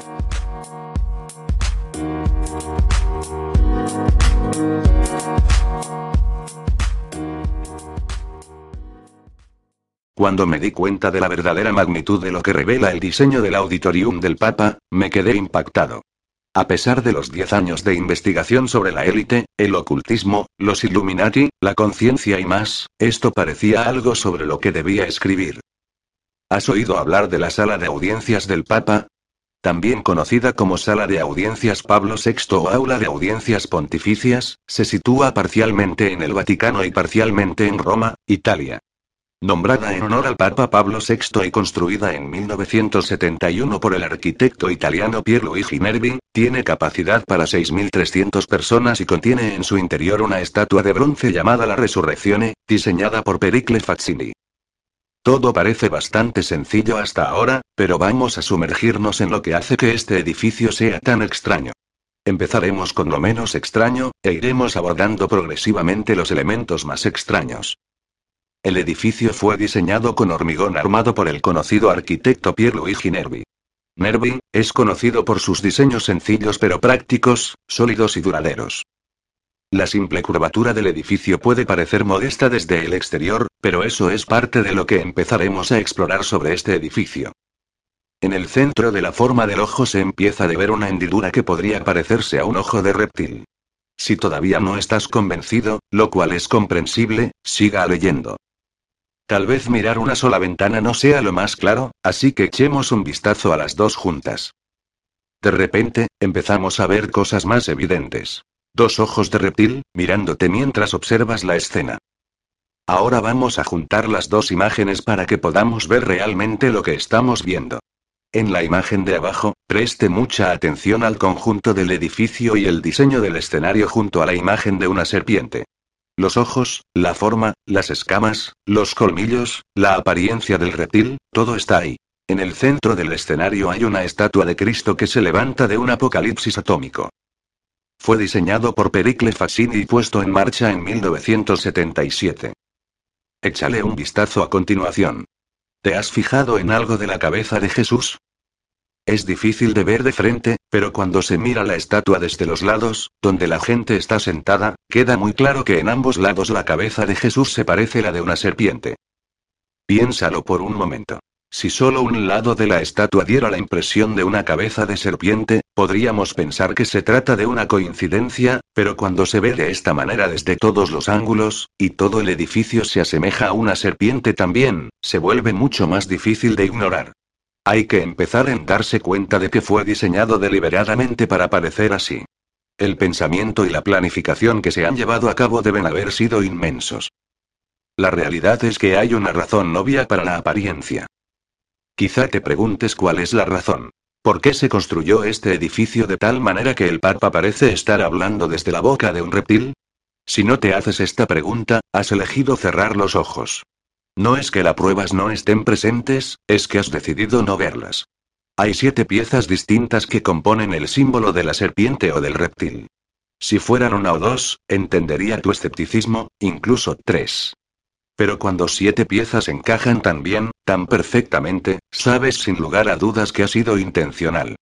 Cuando me di cuenta de la verdadera magnitud de lo que revela el diseño del auditorium del Papa, me quedé impactado. A pesar de los diez años de investigación sobre la élite, el ocultismo, los Illuminati, la conciencia y más, esto parecía algo sobre lo que debía escribir. ¿Has oído hablar de la sala de audiencias del Papa? También conocida como Sala de Audiencias Pablo sexto o Aula de Audiencias Pontificias, se sitúa parcialmente en el Vaticano y parcialmente en Roma, Italia. Nombrada en honor al Papa Pablo sexto y construida en mil novecientos setenta y uno por el arquitecto italiano Pierluigi Nervi, tiene capacidad para seis mil trescientas personas y contiene en su interior una estatua de bronce llamada La Resurreccione, diseñada por Pericle Fazzini. Todo parece bastante sencillo hasta ahora, pero vamos a sumergirnos en lo que hace que este edificio sea tan extraño. Empezaremos con lo menos extraño, e iremos abordando progresivamente los elementos más extraños. El edificio fue diseñado con hormigón armado por el conocido arquitecto Pierluigi Nervi. Nervi es conocido por sus diseños sencillos pero prácticos, sólidos y duraderos. La simple curvatura del edificio puede parecer modesta desde el exterior, pero eso es parte de lo que empezaremos a explorar sobre este edificio. En el centro de la forma del ojo se empieza a ver una hendidura que podría parecerse a un ojo de reptil. Si todavía no estás convencido, lo cual es comprensible, siga leyendo. Tal vez mirar una sola ventana no sea lo más claro, así que echemos un vistazo a las dos juntas. De repente, empezamos a ver cosas más evidentes. Dos ojos de reptil, mirándote mientras observas la escena. Ahora vamos a juntar las dos imágenes para que podamos ver realmente lo que estamos viendo. En la imagen de abajo, preste mucha atención al conjunto del edificio y el diseño del escenario junto a la imagen de una serpiente. Los ojos, la forma, las escamas, los colmillos, la apariencia del reptil, todo está ahí. En el centro del escenario hay una estatua de Cristo que se levanta de un apocalipsis atómico. Fue diseñado por Pericle Fazzini y puesto en marcha en mil novecientos setenta y siete. Échale un vistazo a continuación. ¿Te has fijado en algo de la cabeza de Jesús? Es difícil de ver de frente, pero cuando se mira la estatua desde los lados, donde la gente está sentada, queda muy claro que en ambos lados la cabeza de Jesús se parece a la de una serpiente. Piénsalo por un momento. Si solo un lado de la estatua diera la impresión de una cabeza de serpiente, podríamos pensar que se trata de una coincidencia, pero cuando se ve de esta manera desde todos los ángulos, y todo el edificio se asemeja a una serpiente también, se vuelve mucho más difícil de ignorar. Hay que empezar en darse cuenta de que fue diseñado deliberadamente para parecer así. El pensamiento y la planificación que se han llevado a cabo deben haber sido inmensos. La realidad es que hay una razón obvia para la apariencia. Quizá te preguntes cuál es la razón. ¿Por qué se construyó este edificio de tal manera que el Papa parece estar hablando desde la boca de un reptil? Si no te haces esta pregunta, has elegido cerrar los ojos. No es que las pruebas no estén presentes, es que has decidido no verlas. Hay siete piezas distintas que componen el símbolo de la serpiente o del reptil. Si fueran una o dos, entendería tu escepticismo, incluso tres. Pero cuando siete piezas encajan tan bien, tan perfectamente, sabes sin lugar a dudas que ha sido intencional.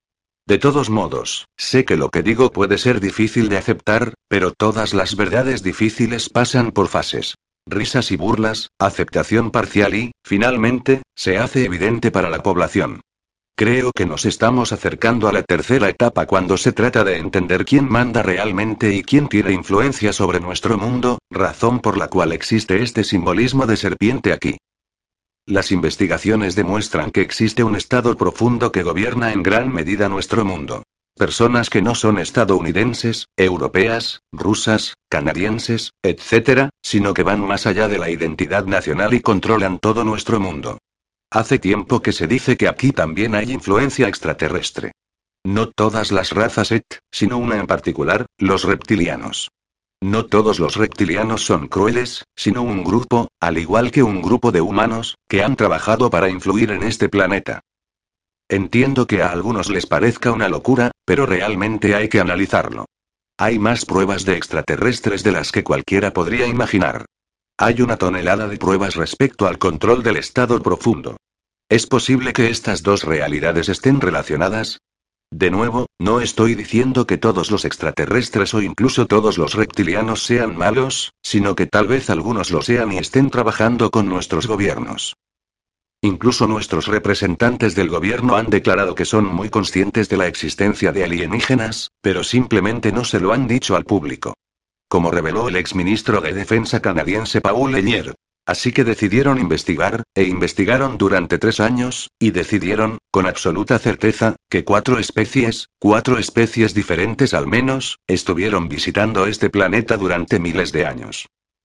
De todos modos, sé que lo que digo puede ser difícil de aceptar, pero todas las verdades difíciles pasan por fases. Risas y burlas, aceptación parcial y, finalmente, se hace evidente para la población. Creo que nos estamos acercando a la tercera etapa cuando se trata de entender quién manda realmente y quién tiene influencia sobre nuestro mundo, razón por la cual existe este simbolismo de serpiente aquí. Las investigaciones demuestran que existe un estado profundo que gobierna en gran medida nuestro mundo. Personas que no son estadounidenses, europeas, rusas, canadienses, etcétera, sino que van más allá de la identidad nacional y controlan todo nuestro mundo. Hace tiempo que se dice que aquí también hay influencia extraterrestre. No todas las razas E T, sino una en particular, los reptilianos. No todos los reptilianos son crueles, sino un grupo, al igual que un grupo de humanos, que han trabajado para influir en este planeta. Entiendo que a algunos les parezca una locura, pero realmente hay que analizarlo. Hay más pruebas de extraterrestres de las que cualquiera podría imaginar. Hay una tonelada de pruebas respecto al control del estado profundo. ¿Es posible que estas dos realidades estén relacionadas? De nuevo, no estoy diciendo que todos los extraterrestres o incluso todos los reptilianos sean malos, sino que tal vez algunos lo sean y estén trabajando con nuestros gobiernos. Incluso nuestros representantes del gobierno han declarado que son muy conscientes de la existencia de alienígenas, pero simplemente no se lo han dicho al público. Como reveló el exministro de Defensa canadiense Paul Ehrlich. Así que decidieron investigar, e investigaron durante tres años, y decidieron, con absoluta certeza, que cuatro especies, cuatro especies diferentes al menos, estuvieron visitando este planeta durante miles de años.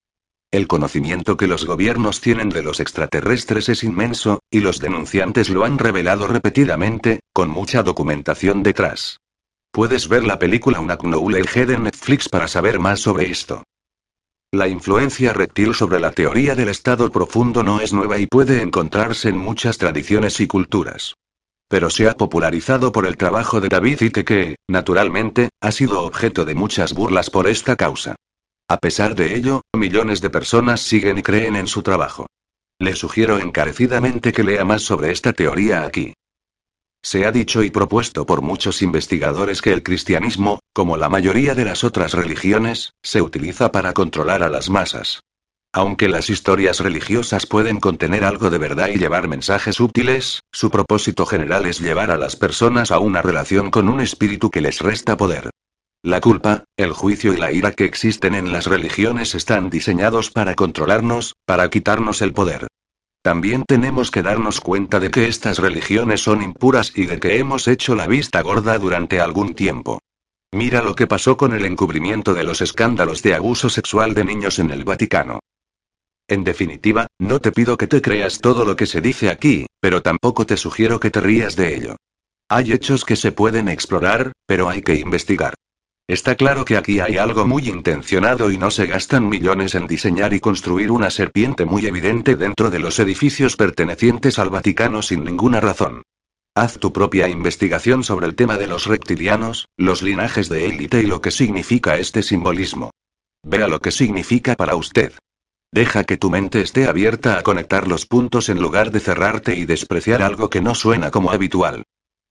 El conocimiento que los gobiernos tienen de los extraterrestres es inmenso, y los denunciantes lo han revelado repetidamente, con mucha documentación detrás. Puedes ver la película Una Knowledge Head en Netflix para saber más sobre esto. La influencia reptil sobre la teoría del estado profundo no es nueva y puede encontrarse en muchas tradiciones y culturas. Pero se ha popularizado por el trabajo de David Icke que, naturalmente, ha sido objeto de muchas burlas por esta causa. A pesar de ello, millones de personas siguen y creen en su trabajo. Le sugiero encarecidamente que lea más sobre esta teoría aquí. Se ha dicho y propuesto por muchos investigadores que el cristianismo, como la mayoría de las otras religiones, se utiliza para controlar a las masas. Aunque las historias religiosas pueden contener algo de verdad y llevar mensajes útiles, su propósito general es llevar a las personas a una relación con un espíritu que les resta poder. La culpa, el juicio y la ira que existen en las religiones están diseñados para controlarnos, para quitarnos el poder. También tenemos que darnos cuenta de que estas religiones son impuras y de que hemos hecho la vista gorda durante algún tiempo. Mira lo que pasó con el encubrimiento de los escándalos de abuso sexual de niños en el Vaticano. En definitiva, no te pido que te creas todo lo que se dice aquí, pero tampoco te sugiero que te rías de ello. Hay hechos que se pueden explorar, pero hay que investigar. Está claro que aquí hay algo muy intencionado y no se gastan millones en diseñar y construir una serpiente muy evidente dentro de los edificios pertenecientes al Vaticano sin ninguna razón. Haz tu propia investigación sobre el tema de los reptilianos, los linajes de élite y lo que significa este simbolismo. Vea lo que significa para usted. Deja que tu mente esté abierta a conectar los puntos en lugar de cerrarte y despreciar algo que no suena como habitual.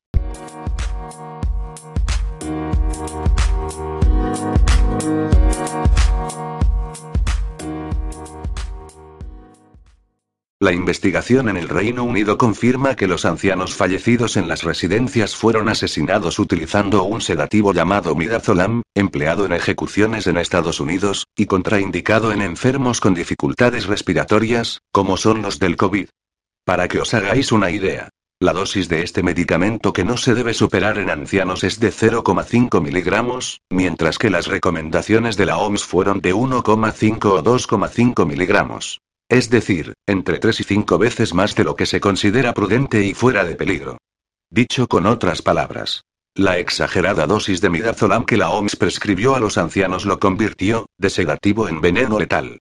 La investigación en el Reino Unido confirma que los ancianos fallecidos en las residencias fueron asesinados utilizando un sedativo llamado midazolam, empleado en ejecuciones en Estados Unidos, y contraindicado en enfermos con dificultades respiratorias, como son los del COVID. Para que os hagáis una idea, la dosis de este medicamento que no se debe superar en ancianos es de cero coma cinco miligramos, mientras que las recomendaciones de la O M S fueron de uno coma cinco o dos coma cinco miligramos. Es decir, entre tres y cinco veces más de lo que se considera prudente y fuera de peligro. Dicho con otras palabras, la exagerada dosis de midazolam que la O M S prescribió a los ancianos lo convirtió, de sedativo en veneno letal.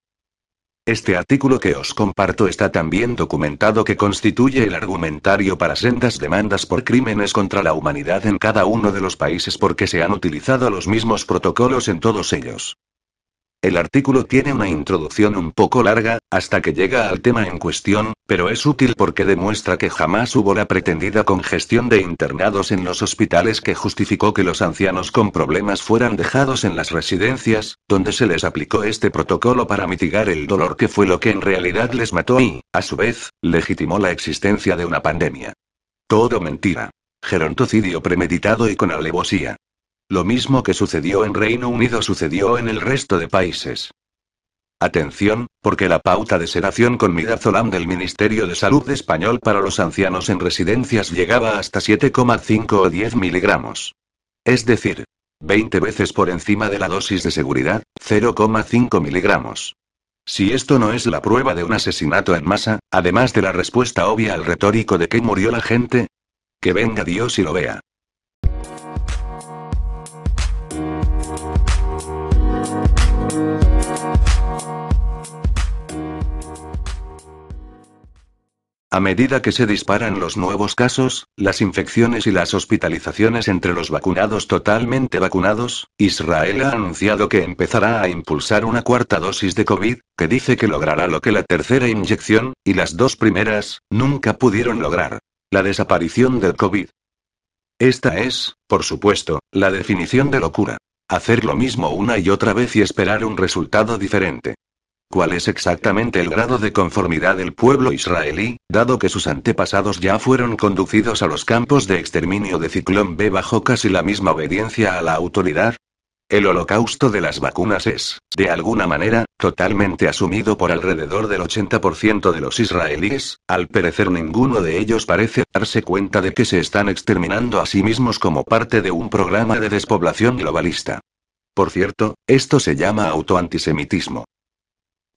Este artículo que os comparto está tan bien documentado que constituye el argumentario para sendas demandas por crímenes contra la humanidad en cada uno de los países porque se han utilizado los mismos protocolos en todos ellos. El artículo tiene una introducción un poco larga, hasta que llega al tema en cuestión, pero es útil porque demuestra que jamás hubo la pretendida congestión de internados en los hospitales que justificó que los ancianos con problemas fueran dejados en las residencias, donde se les aplicó este protocolo para mitigar el dolor que fue lo que en realidad les mató y, a su vez, legitimó la existencia de una pandemia. Todo mentira. Gerontocidio premeditado y con alevosía. Lo mismo que sucedió en Reino Unido sucedió en el resto de países. Atención, porque la pauta de sedación con midazolam del Ministerio de Salud español para los ancianos en residencias llegaba hasta siete coma cinco o diez miligramos. Es decir, veinte veces por encima de la dosis de seguridad, cero coma cinco miligramos. Si esto no es la prueba de un asesinato en masa, además de la respuesta obvia al retórico de que murió la gente, que venga Dios y lo vea. A medida que se disparan los nuevos casos, las infecciones y las hospitalizaciones entre los vacunados totalmente vacunados, Israel ha anunciado que empezará a impulsar una cuarta dosis de COVID, que dice que logrará lo que la tercera inyección, y las dos primeras, nunca pudieron lograr: la desaparición del COVID. Esta es, por supuesto, la definición de locura. Hacer lo mismo una y otra vez y esperar un resultado diferente. ¿Cuál es exactamente el grado de conformidad del pueblo israelí, dado que sus antepasados ya fueron conducidos a los campos de exterminio de Ciclón B bajo casi la misma obediencia a la autoridad? El holocausto de las vacunas es, de alguna manera, totalmente asumido por alrededor del ochenta por ciento de los israelíes. Al parecer ninguno de ellos parece darse cuenta de que se están exterminando a sí mismos como parte de un programa de despoblación globalista. Por cierto, esto se llama autoantisemitismo.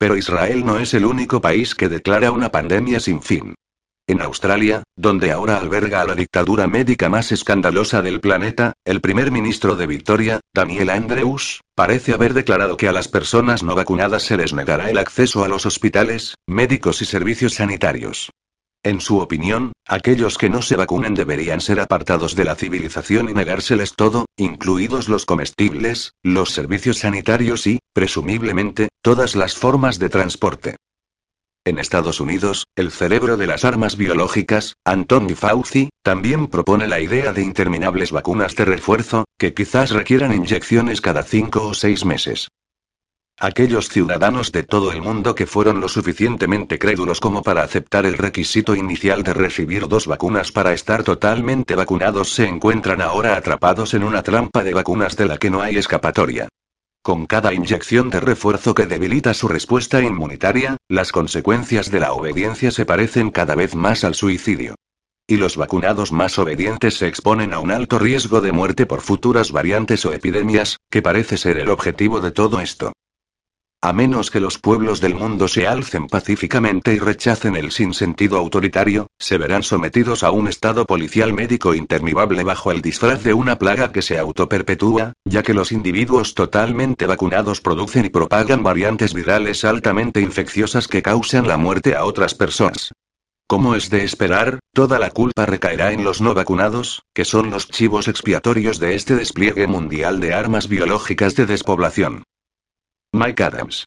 Pero Israel no es el único país que declara una pandemia sin fin. En Australia, donde ahora alberga a la dictadura médica más escandalosa del planeta, el primer ministro de Victoria, Daniel Andrews, parece haber declarado que a las personas no vacunadas se les negará el acceso a los hospitales, médicos y servicios sanitarios. En su opinión, aquellos que no se vacunen deberían ser apartados de la civilización y negárseles todo, incluidos los comestibles, los servicios sanitarios y, presumiblemente, todas las formas de transporte. En Estados Unidos, el cerebro de las armas biológicas, Anthony Fauci, también propone la idea de interminables vacunas de refuerzo, que quizás requieran inyecciones cada cinco o seis meses. Aquellos ciudadanos de todo el mundo que fueron lo suficientemente crédulos como para aceptar el requisito inicial de recibir dos vacunas para estar totalmente vacunados se encuentran ahora atrapados en una trampa de vacunas de la que no hay escapatoria. Con cada inyección de refuerzo que debilita su respuesta inmunitaria, las consecuencias de la obediencia se parecen cada vez más al suicidio. Y los vacunados más obedientes se exponen a un alto riesgo de muerte por futuras variantes o epidemias, que parece ser el objetivo de todo esto. A menos que los pueblos del mundo se alcen pacíficamente y rechacen el sinsentido autoritario, se verán sometidos a un estado policial médico interminable bajo el disfraz de una plaga que se autoperpetúa, ya que los individuos totalmente vacunados producen y propagan variantes virales altamente infecciosas que causan la muerte a otras personas. Como es de esperar, toda la culpa recaerá en los no vacunados, que son los chivos expiatorios de este despliegue mundial de armas biológicas de despoblación. Mike Adams.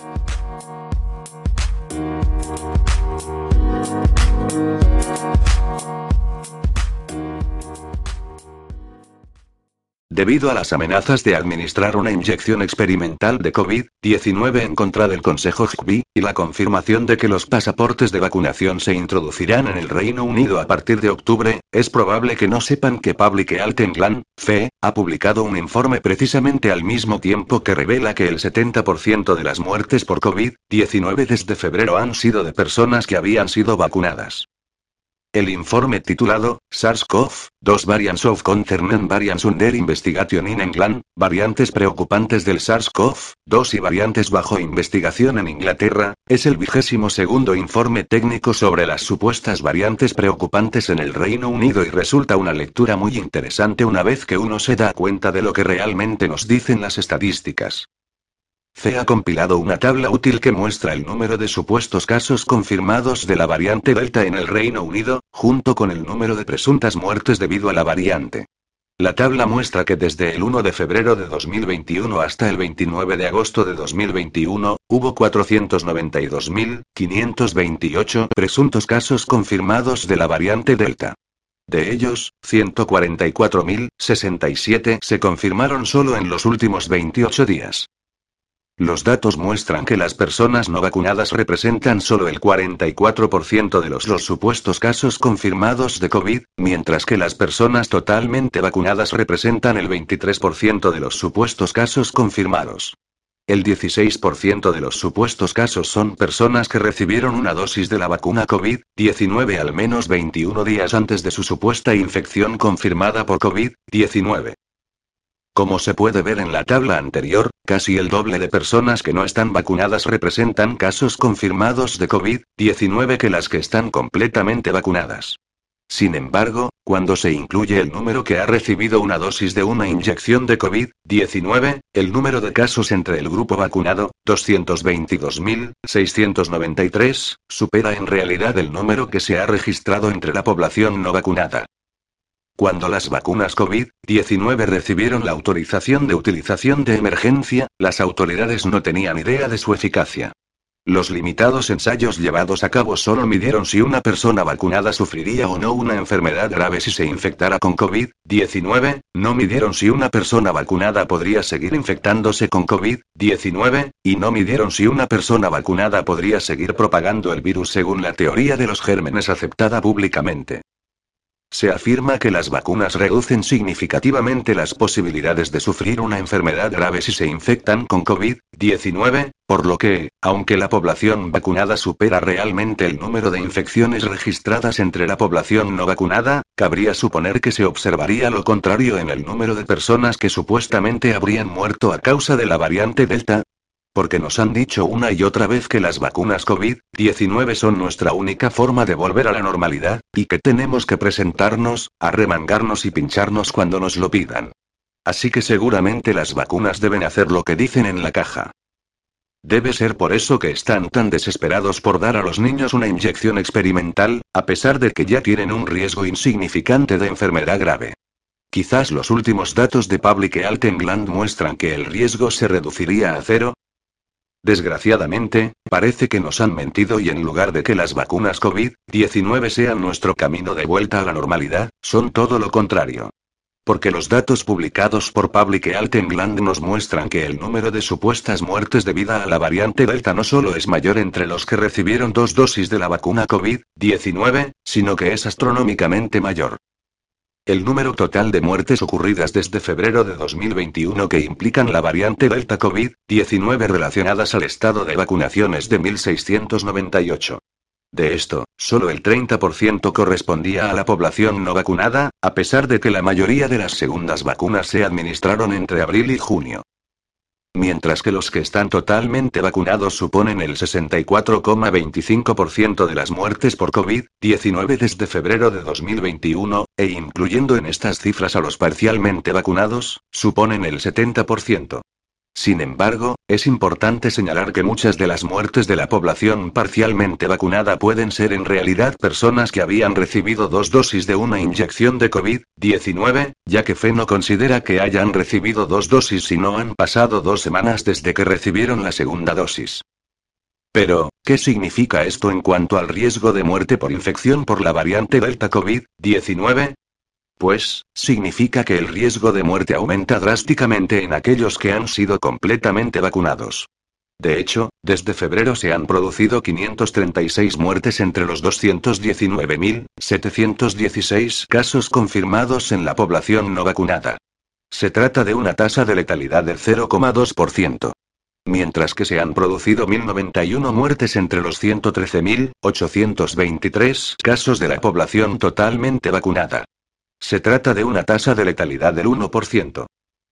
Debido a las amenazas de administrar una inyección experimental de COVID diecinueve en contra del Consejo G B I, y la confirmación de que los pasaportes de vacunación se introducirán en el Reino Unido a partir de octubre, es probable que no sepan que Public Health England, F E, ha publicado un informe precisamente al mismo tiempo que revela que el setenta por ciento de las muertes por COVID diecinueve desde febrero han sido de personas que habían sido vacunadas. El informe titulado SARS-CoV dos Variants of Concern and Variants Under Investigation in England, variantes preocupantes del SARS-CoV dos y variantes bajo investigación en Inglaterra, es el vigésimo segundo informe técnico sobre las supuestas variantes preocupantes en el Reino Unido y resulta una lectura muy interesante una vez que uno se da cuenta de lo que realmente nos dicen las estadísticas. F E ha compilado una tabla útil que muestra el número de supuestos casos confirmados de la variante Delta en el Reino Unido, junto con el número de presuntas muertes debido a la variante. La tabla muestra que desde el uno de febrero de dos mil veintiuno hasta el veintinueve de agosto de dos mil veintiuno, hubo cuatrocientos noventa y dos mil quinientos veintiocho presuntos casos confirmados de la variante Delta. De ellos, ciento cuarenta y cuatro mil sesenta y siete se confirmaron solo en los últimos veintiocho días. Los datos muestran que las personas no vacunadas representan solo el cuarenta y cuatro por ciento de los, los supuestos casos confirmados de COVID, mientras que las personas totalmente vacunadas representan el veintitrés por ciento de los supuestos casos confirmados. El dieciséis por ciento de los supuestos casos son personas que recibieron una dosis de la vacuna COVID diecinueve al menos veintiuno días antes de su supuesta infección confirmada por COVID diecinueve. Como se puede ver en la tabla anterior, casi el doble de personas que no están vacunadas representan casos confirmados de COVID diecinueve que las que están completamente vacunadas. Sin embargo, cuando se incluye el número que ha recibido una dosis de una inyección de COVID diecinueve, el número de casos entre el grupo vacunado, doscientos veintidós mil seiscientos noventa y tres, supera en realidad el número que se ha registrado entre la población no vacunada. Cuando las vacunas COVID diecinueve recibieron la autorización de utilización de emergencia, las autoridades no tenían idea de su eficacia. Los limitados ensayos llevados a cabo solo midieron si una persona vacunada sufriría o no una enfermedad grave si se infectara con COVID diecinueve, no midieron si una persona vacunada podría seguir infectándose con COVID diecinueve, y no midieron si una persona vacunada podría seguir propagando el virus según la teoría de los gérmenes aceptada públicamente. Se afirma que las vacunas reducen significativamente las posibilidades de sufrir una enfermedad grave si se infectan con COVID diecinueve, por lo que, aunque la población vacunada supera realmente el número de infecciones registradas entre la población no vacunada, cabría suponer que se observaría lo contrario en el número de personas que supuestamente habrían muerto a causa de la variante Delta. Porque nos han dicho una y otra vez que las vacunas COVID diecinueve son nuestra única forma de volver a la normalidad, y que tenemos que presentarnos, arremangarnos y pincharnos cuando nos lo pidan. Así que seguramente las vacunas deben hacer lo que dicen en la caja. Debe ser por eso que están tan desesperados por dar a los niños una inyección experimental, a pesar de que ya tienen un riesgo insignificante de enfermedad grave. Quizás los últimos datos de Public Health England muestran que el riesgo se reduciría a cero. Desgraciadamente, parece que nos han mentido y en lugar de que las vacunas COVID diecinueve sean nuestro camino de vuelta a la normalidad, son todo lo contrario. Porque los datos publicados por Public Health England nos muestran que el número de supuestas muertes debido a la variante Delta no solo es mayor entre los que recibieron dos dosis de la vacuna COVID diecinueve, sino que es astronómicamente mayor. El número total de muertes ocurridas desde febrero de dos mil veintiuno que implican la variante Delta COVID diecinueve relacionadas al estado de vacunación es de mil seiscientos noventa y ocho. De esto, solo el treinta por ciento correspondía a la población no vacunada, a pesar de que la mayoría de las segundas vacunas se administraron entre abril y junio. Mientras que los que están totalmente vacunados suponen el sesenta y cuatro coma veinticinco por ciento de las muertes por COVID diecinueve desde febrero de dos mil veintiuno, e incluyendo en estas cifras a los parcialmente vacunados, suponen el setenta por ciento. Sin embargo, es importante señalar que muchas de las muertes de la población parcialmente vacunada pueden ser en realidad personas que habían recibido dos dosis de una inyección de COVID diecinueve, ya que F E no considera que hayan recibido dos dosis si no han pasado dos semanas desde que recibieron la segunda dosis. Pero, ¿qué significa esto en cuanto al riesgo de muerte por infección por la variante Delta COVID diecinueve? Pues, significa que el riesgo de muerte aumenta drásticamente en aquellos que han sido completamente vacunados. De hecho, desde febrero se han producido quinientas treinta y seis muertes entre los doscientos diecinueve mil setecientos dieciséis casos confirmados en la población no vacunada. Se trata de una tasa de letalidad del cero coma dos por ciento. Mientras que se han producido mil noventa y uno muertes entre los ciento trece mil ochocientos veintitrés casos de la población totalmente vacunada. Se trata de una tasa de letalidad del uno por ciento.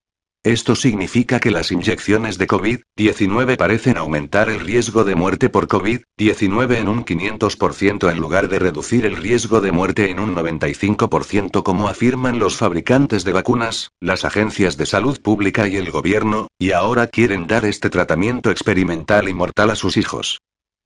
Esto significa que las inyecciones de COVID diecinueve parecen aumentar el riesgo de muerte por COVID diecinueve en un quinientos por ciento en lugar de reducir el riesgo de muerte en un noventa y cinco por ciento como afirman los fabricantes de vacunas, las agencias de salud pública y el gobierno, y ahora quieren dar este tratamiento experimental y mortal a sus hijos.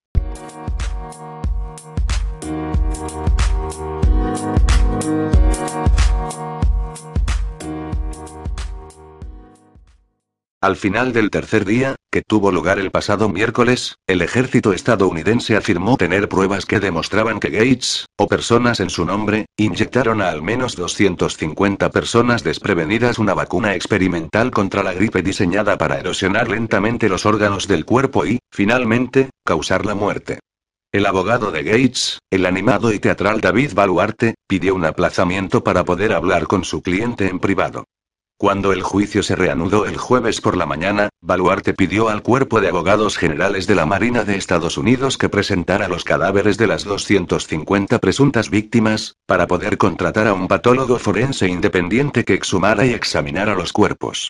Al final del tercer día, que tuvo lugar el pasado miércoles, el ejército estadounidense afirmó tener pruebas que demostraban que Gates, o personas en su nombre, inyectaron a al menos doscientas cincuenta personas desprevenidas una vacuna experimental contra la gripe diseñada para erosionar lentamente los órganos del cuerpo y, finalmente, causar la muerte. El abogado de Gates, el animado y teatral David Baluarte, pidió un aplazamiento para poder hablar con su cliente en privado. Cuando el juicio se reanudó el jueves por la mañana, Baluarte pidió al Cuerpo de Abogados Generales de la Marina de Estados Unidos que presentara los cadáveres de las doscientas cincuenta presuntas víctimas, para poder contratar a un patólogo forense independiente que exhumara y examinara los cuerpos.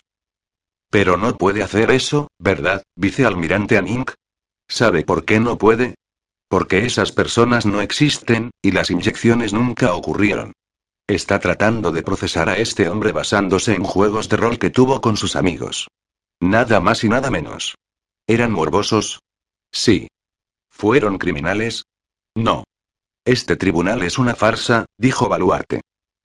Pero no puede hacer eso, ¿verdad, vicealmirante Anning? ¿Sabe por qué no puede? Porque esas personas no existen, y las inyecciones nunca ocurrieron. Está tratando de procesar a este hombre basándose en juegos de rol que tuvo con sus amigos. Nada más y nada menos. ¿Eran morbosos? Sí. ¿Fueron criminales? No. Este tribunal es una farsa, dijo Baluarte.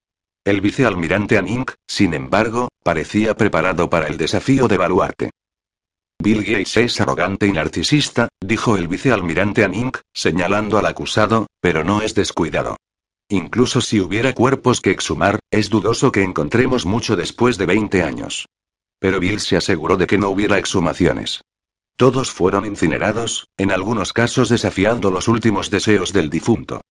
El vicealmirante Anning, sin embargo, parecía preparado para el desafío de Baluarte. Bill Gates es arrogante y narcisista, dijo el vicealmirante Anning, señalando al acusado, pero no es descuidado. Incluso si hubiera cuerpos que exhumar, es dudoso que encontremos mucho después de veinte años. Pero Bill se aseguró de que no hubiera exhumaciones. Todos fueron incinerados, en algunos casos desafiando los últimos deseos del difunto.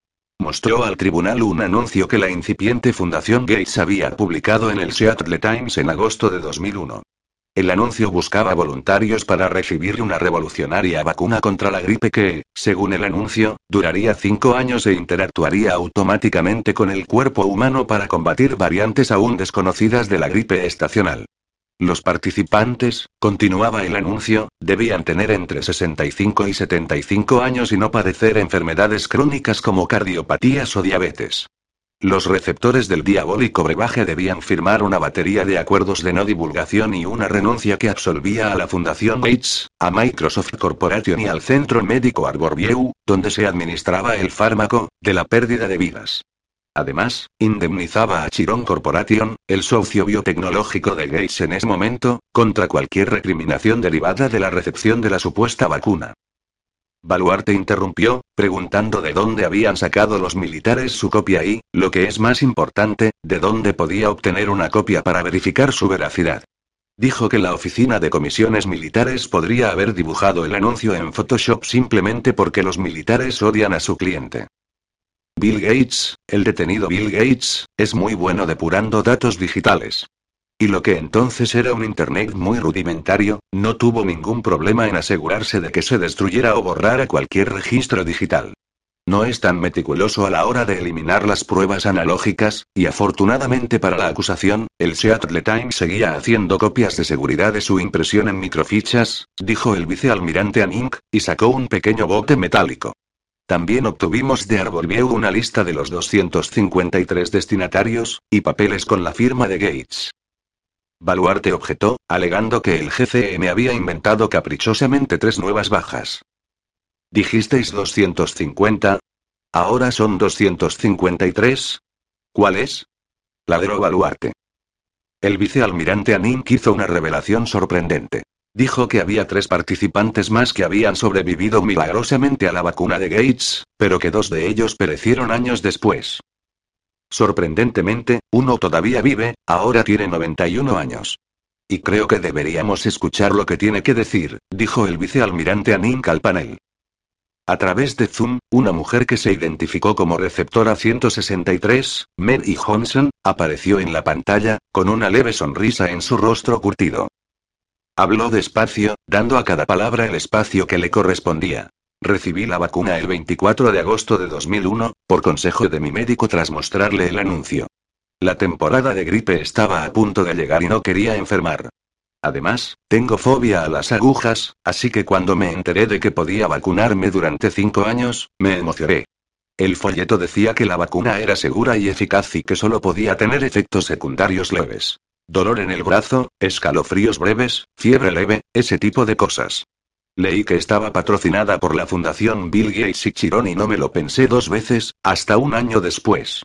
Mostró al tribunal un anuncio que la incipiente Fundación Gates había publicado en el Seattle Times en agosto de dos mil uno. El anuncio buscaba voluntarios para recibir una revolucionaria vacuna contra la gripe que, según el anuncio, duraría cinco años e interactuaría automáticamente con el cuerpo humano para combatir variantes aún desconocidas de la gripe estacional. Los participantes, continuaba el anuncio, debían tener entre sesenta y cinco y setenta y cinco años y no padecer enfermedades crónicas como cardiopatías o diabetes. Los receptores del diabólico brebaje debían firmar una batería de acuerdos de no divulgación y una renuncia que absolvía a la Fundación Gates, a Microsoft Corporation y al Centro Médico Arborview, donde se administraba el fármaco, de la pérdida de vidas. Además, indemnizaba a Chiron Corporation, el socio biotecnológico de Gates en ese momento, contra cualquier recriminación derivada de la recepción de la supuesta vacuna. Baluarte interrumpió, preguntando de dónde habían sacado los militares su copia y, lo que es más importante, de dónde podía obtener una copia para verificar su veracidad. Dijo que la oficina de comisiones militares podría haber dibujado el anuncio en Photoshop simplemente porque los militares odian a su cliente. Bill Gates, el detenido Bill Gates, es muy bueno depurando datos digitales. Y lo que entonces era un Internet muy rudimentario, no tuvo ningún problema en asegurarse de que se destruyera o borrara cualquier registro digital. No es tan meticuloso a la hora de eliminar las pruebas analógicas, y afortunadamente para la acusación, el Seattle Times seguía haciendo copias de seguridad de su impresión en microfichas, dijo el vicealmirante Anning, y sacó un pequeño bote metálico. También obtuvimos de Arborview una lista de los doscientos cincuenta y tres destinatarios, y papeles con la firma de Gates. Baluarte objetó, alegando que el G C M había inventado caprichosamente tres nuevas bajas. ¿Dijisteis doscientos cincuenta? ¿Ahora son doscientos cincuenta y tres? ¿Cuál es? Ladró Baluarte. El vicealmirante Anning hizo una revelación sorprendente. Dijo que había tres participantes más que habían sobrevivido milagrosamente a la vacuna de Gates, pero que dos de ellos perecieron años después. Sorprendentemente, uno todavía vive, ahora tiene noventa y uno años. Y creo que deberíamos escuchar lo que tiene que decir, dijo el vicealmirante Anning al panel. A través de Zoom, una mujer que se identificó como receptora ciento sesenta y tres, Mary Johnson, apareció en la pantalla, con una leve sonrisa en su rostro curtido. Habló despacio, dando a cada palabra el espacio que le correspondía. Recibí la vacuna el veinticuatro de agosto de dos mil uno, por consejo de mi médico tras mostrarle el anuncio. La temporada de gripe estaba a punto de llegar y no quería enfermar. Además, tengo fobia a las agujas, así que cuando me enteré de que podía vacunarme durante cinco años, me emocioné. El folleto decía que la vacuna era segura y eficaz y que solo podía tener efectos secundarios leves. Dolor en el brazo, escalofríos breves, fiebre leve, ese tipo de cosas. Leí que estaba patrocinada por la Fundación Bill Gates y Chiron y no me lo pensé dos veces, hasta un año después.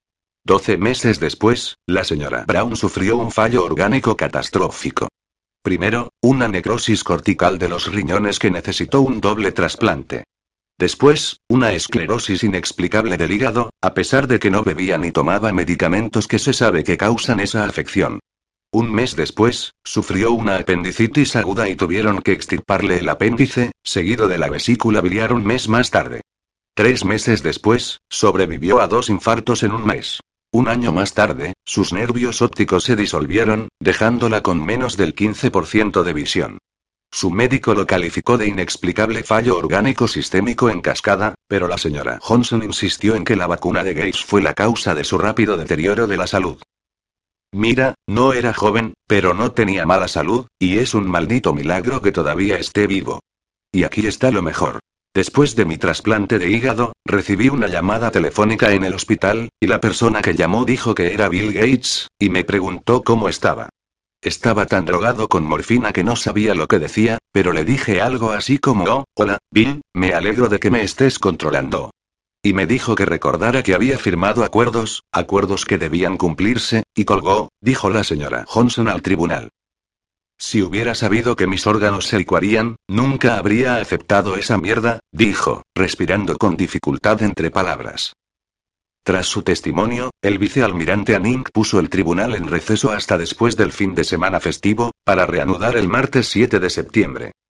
Doce meses después, la señora Brown sufrió un fallo orgánico catastrófico. Primero, una necrosis cortical de los riñones que necesitó un doble trasplante. Después, una esclerosis inexplicable del hígado, a pesar de que no bebía ni tomaba medicamentos que se sabe que causan esa afección. Un mes después, sufrió una apendicitis aguda y tuvieron que extirparle el apéndice, seguido de la vesícula biliar un mes más tarde. Tres meses después, sobrevivió a dos infartos en un mes. Un año más tarde, sus nervios ópticos se disolvieron, dejándola con menos del quince por ciento de visión. Su médico lo calificó de inexplicable fallo orgánico sistémico en cascada, pero la señora Johnson insistió en que la vacuna de Gates fue la causa de su rápido deterioro de la salud. Mira, no era joven, pero no tenía mala salud, y es un maldito milagro que todavía esté vivo. Y aquí está lo mejor. Después de mi trasplante de hígado, recibí una llamada telefónica en el hospital, y la persona que llamó dijo que era Bill Gates, y me preguntó cómo estaba. Estaba tan drogado con morfina que no sabía lo que decía, pero le dije algo así como, oh, hola, Bill, me alegro de que me estés controlando. Y me dijo que recordara que había firmado acuerdos, acuerdos que debían cumplirse, y colgó, dijo la señora Johnson al tribunal. Si hubiera sabido que mis órganos se licuarían, nunca habría aceptado esa mierda, dijo, respirando con dificultad entre palabras. Tras su testimonio, el vicealmirante Anning puso el tribunal en receso hasta después del fin de semana festivo, para reanudar el martes siete de septiembre.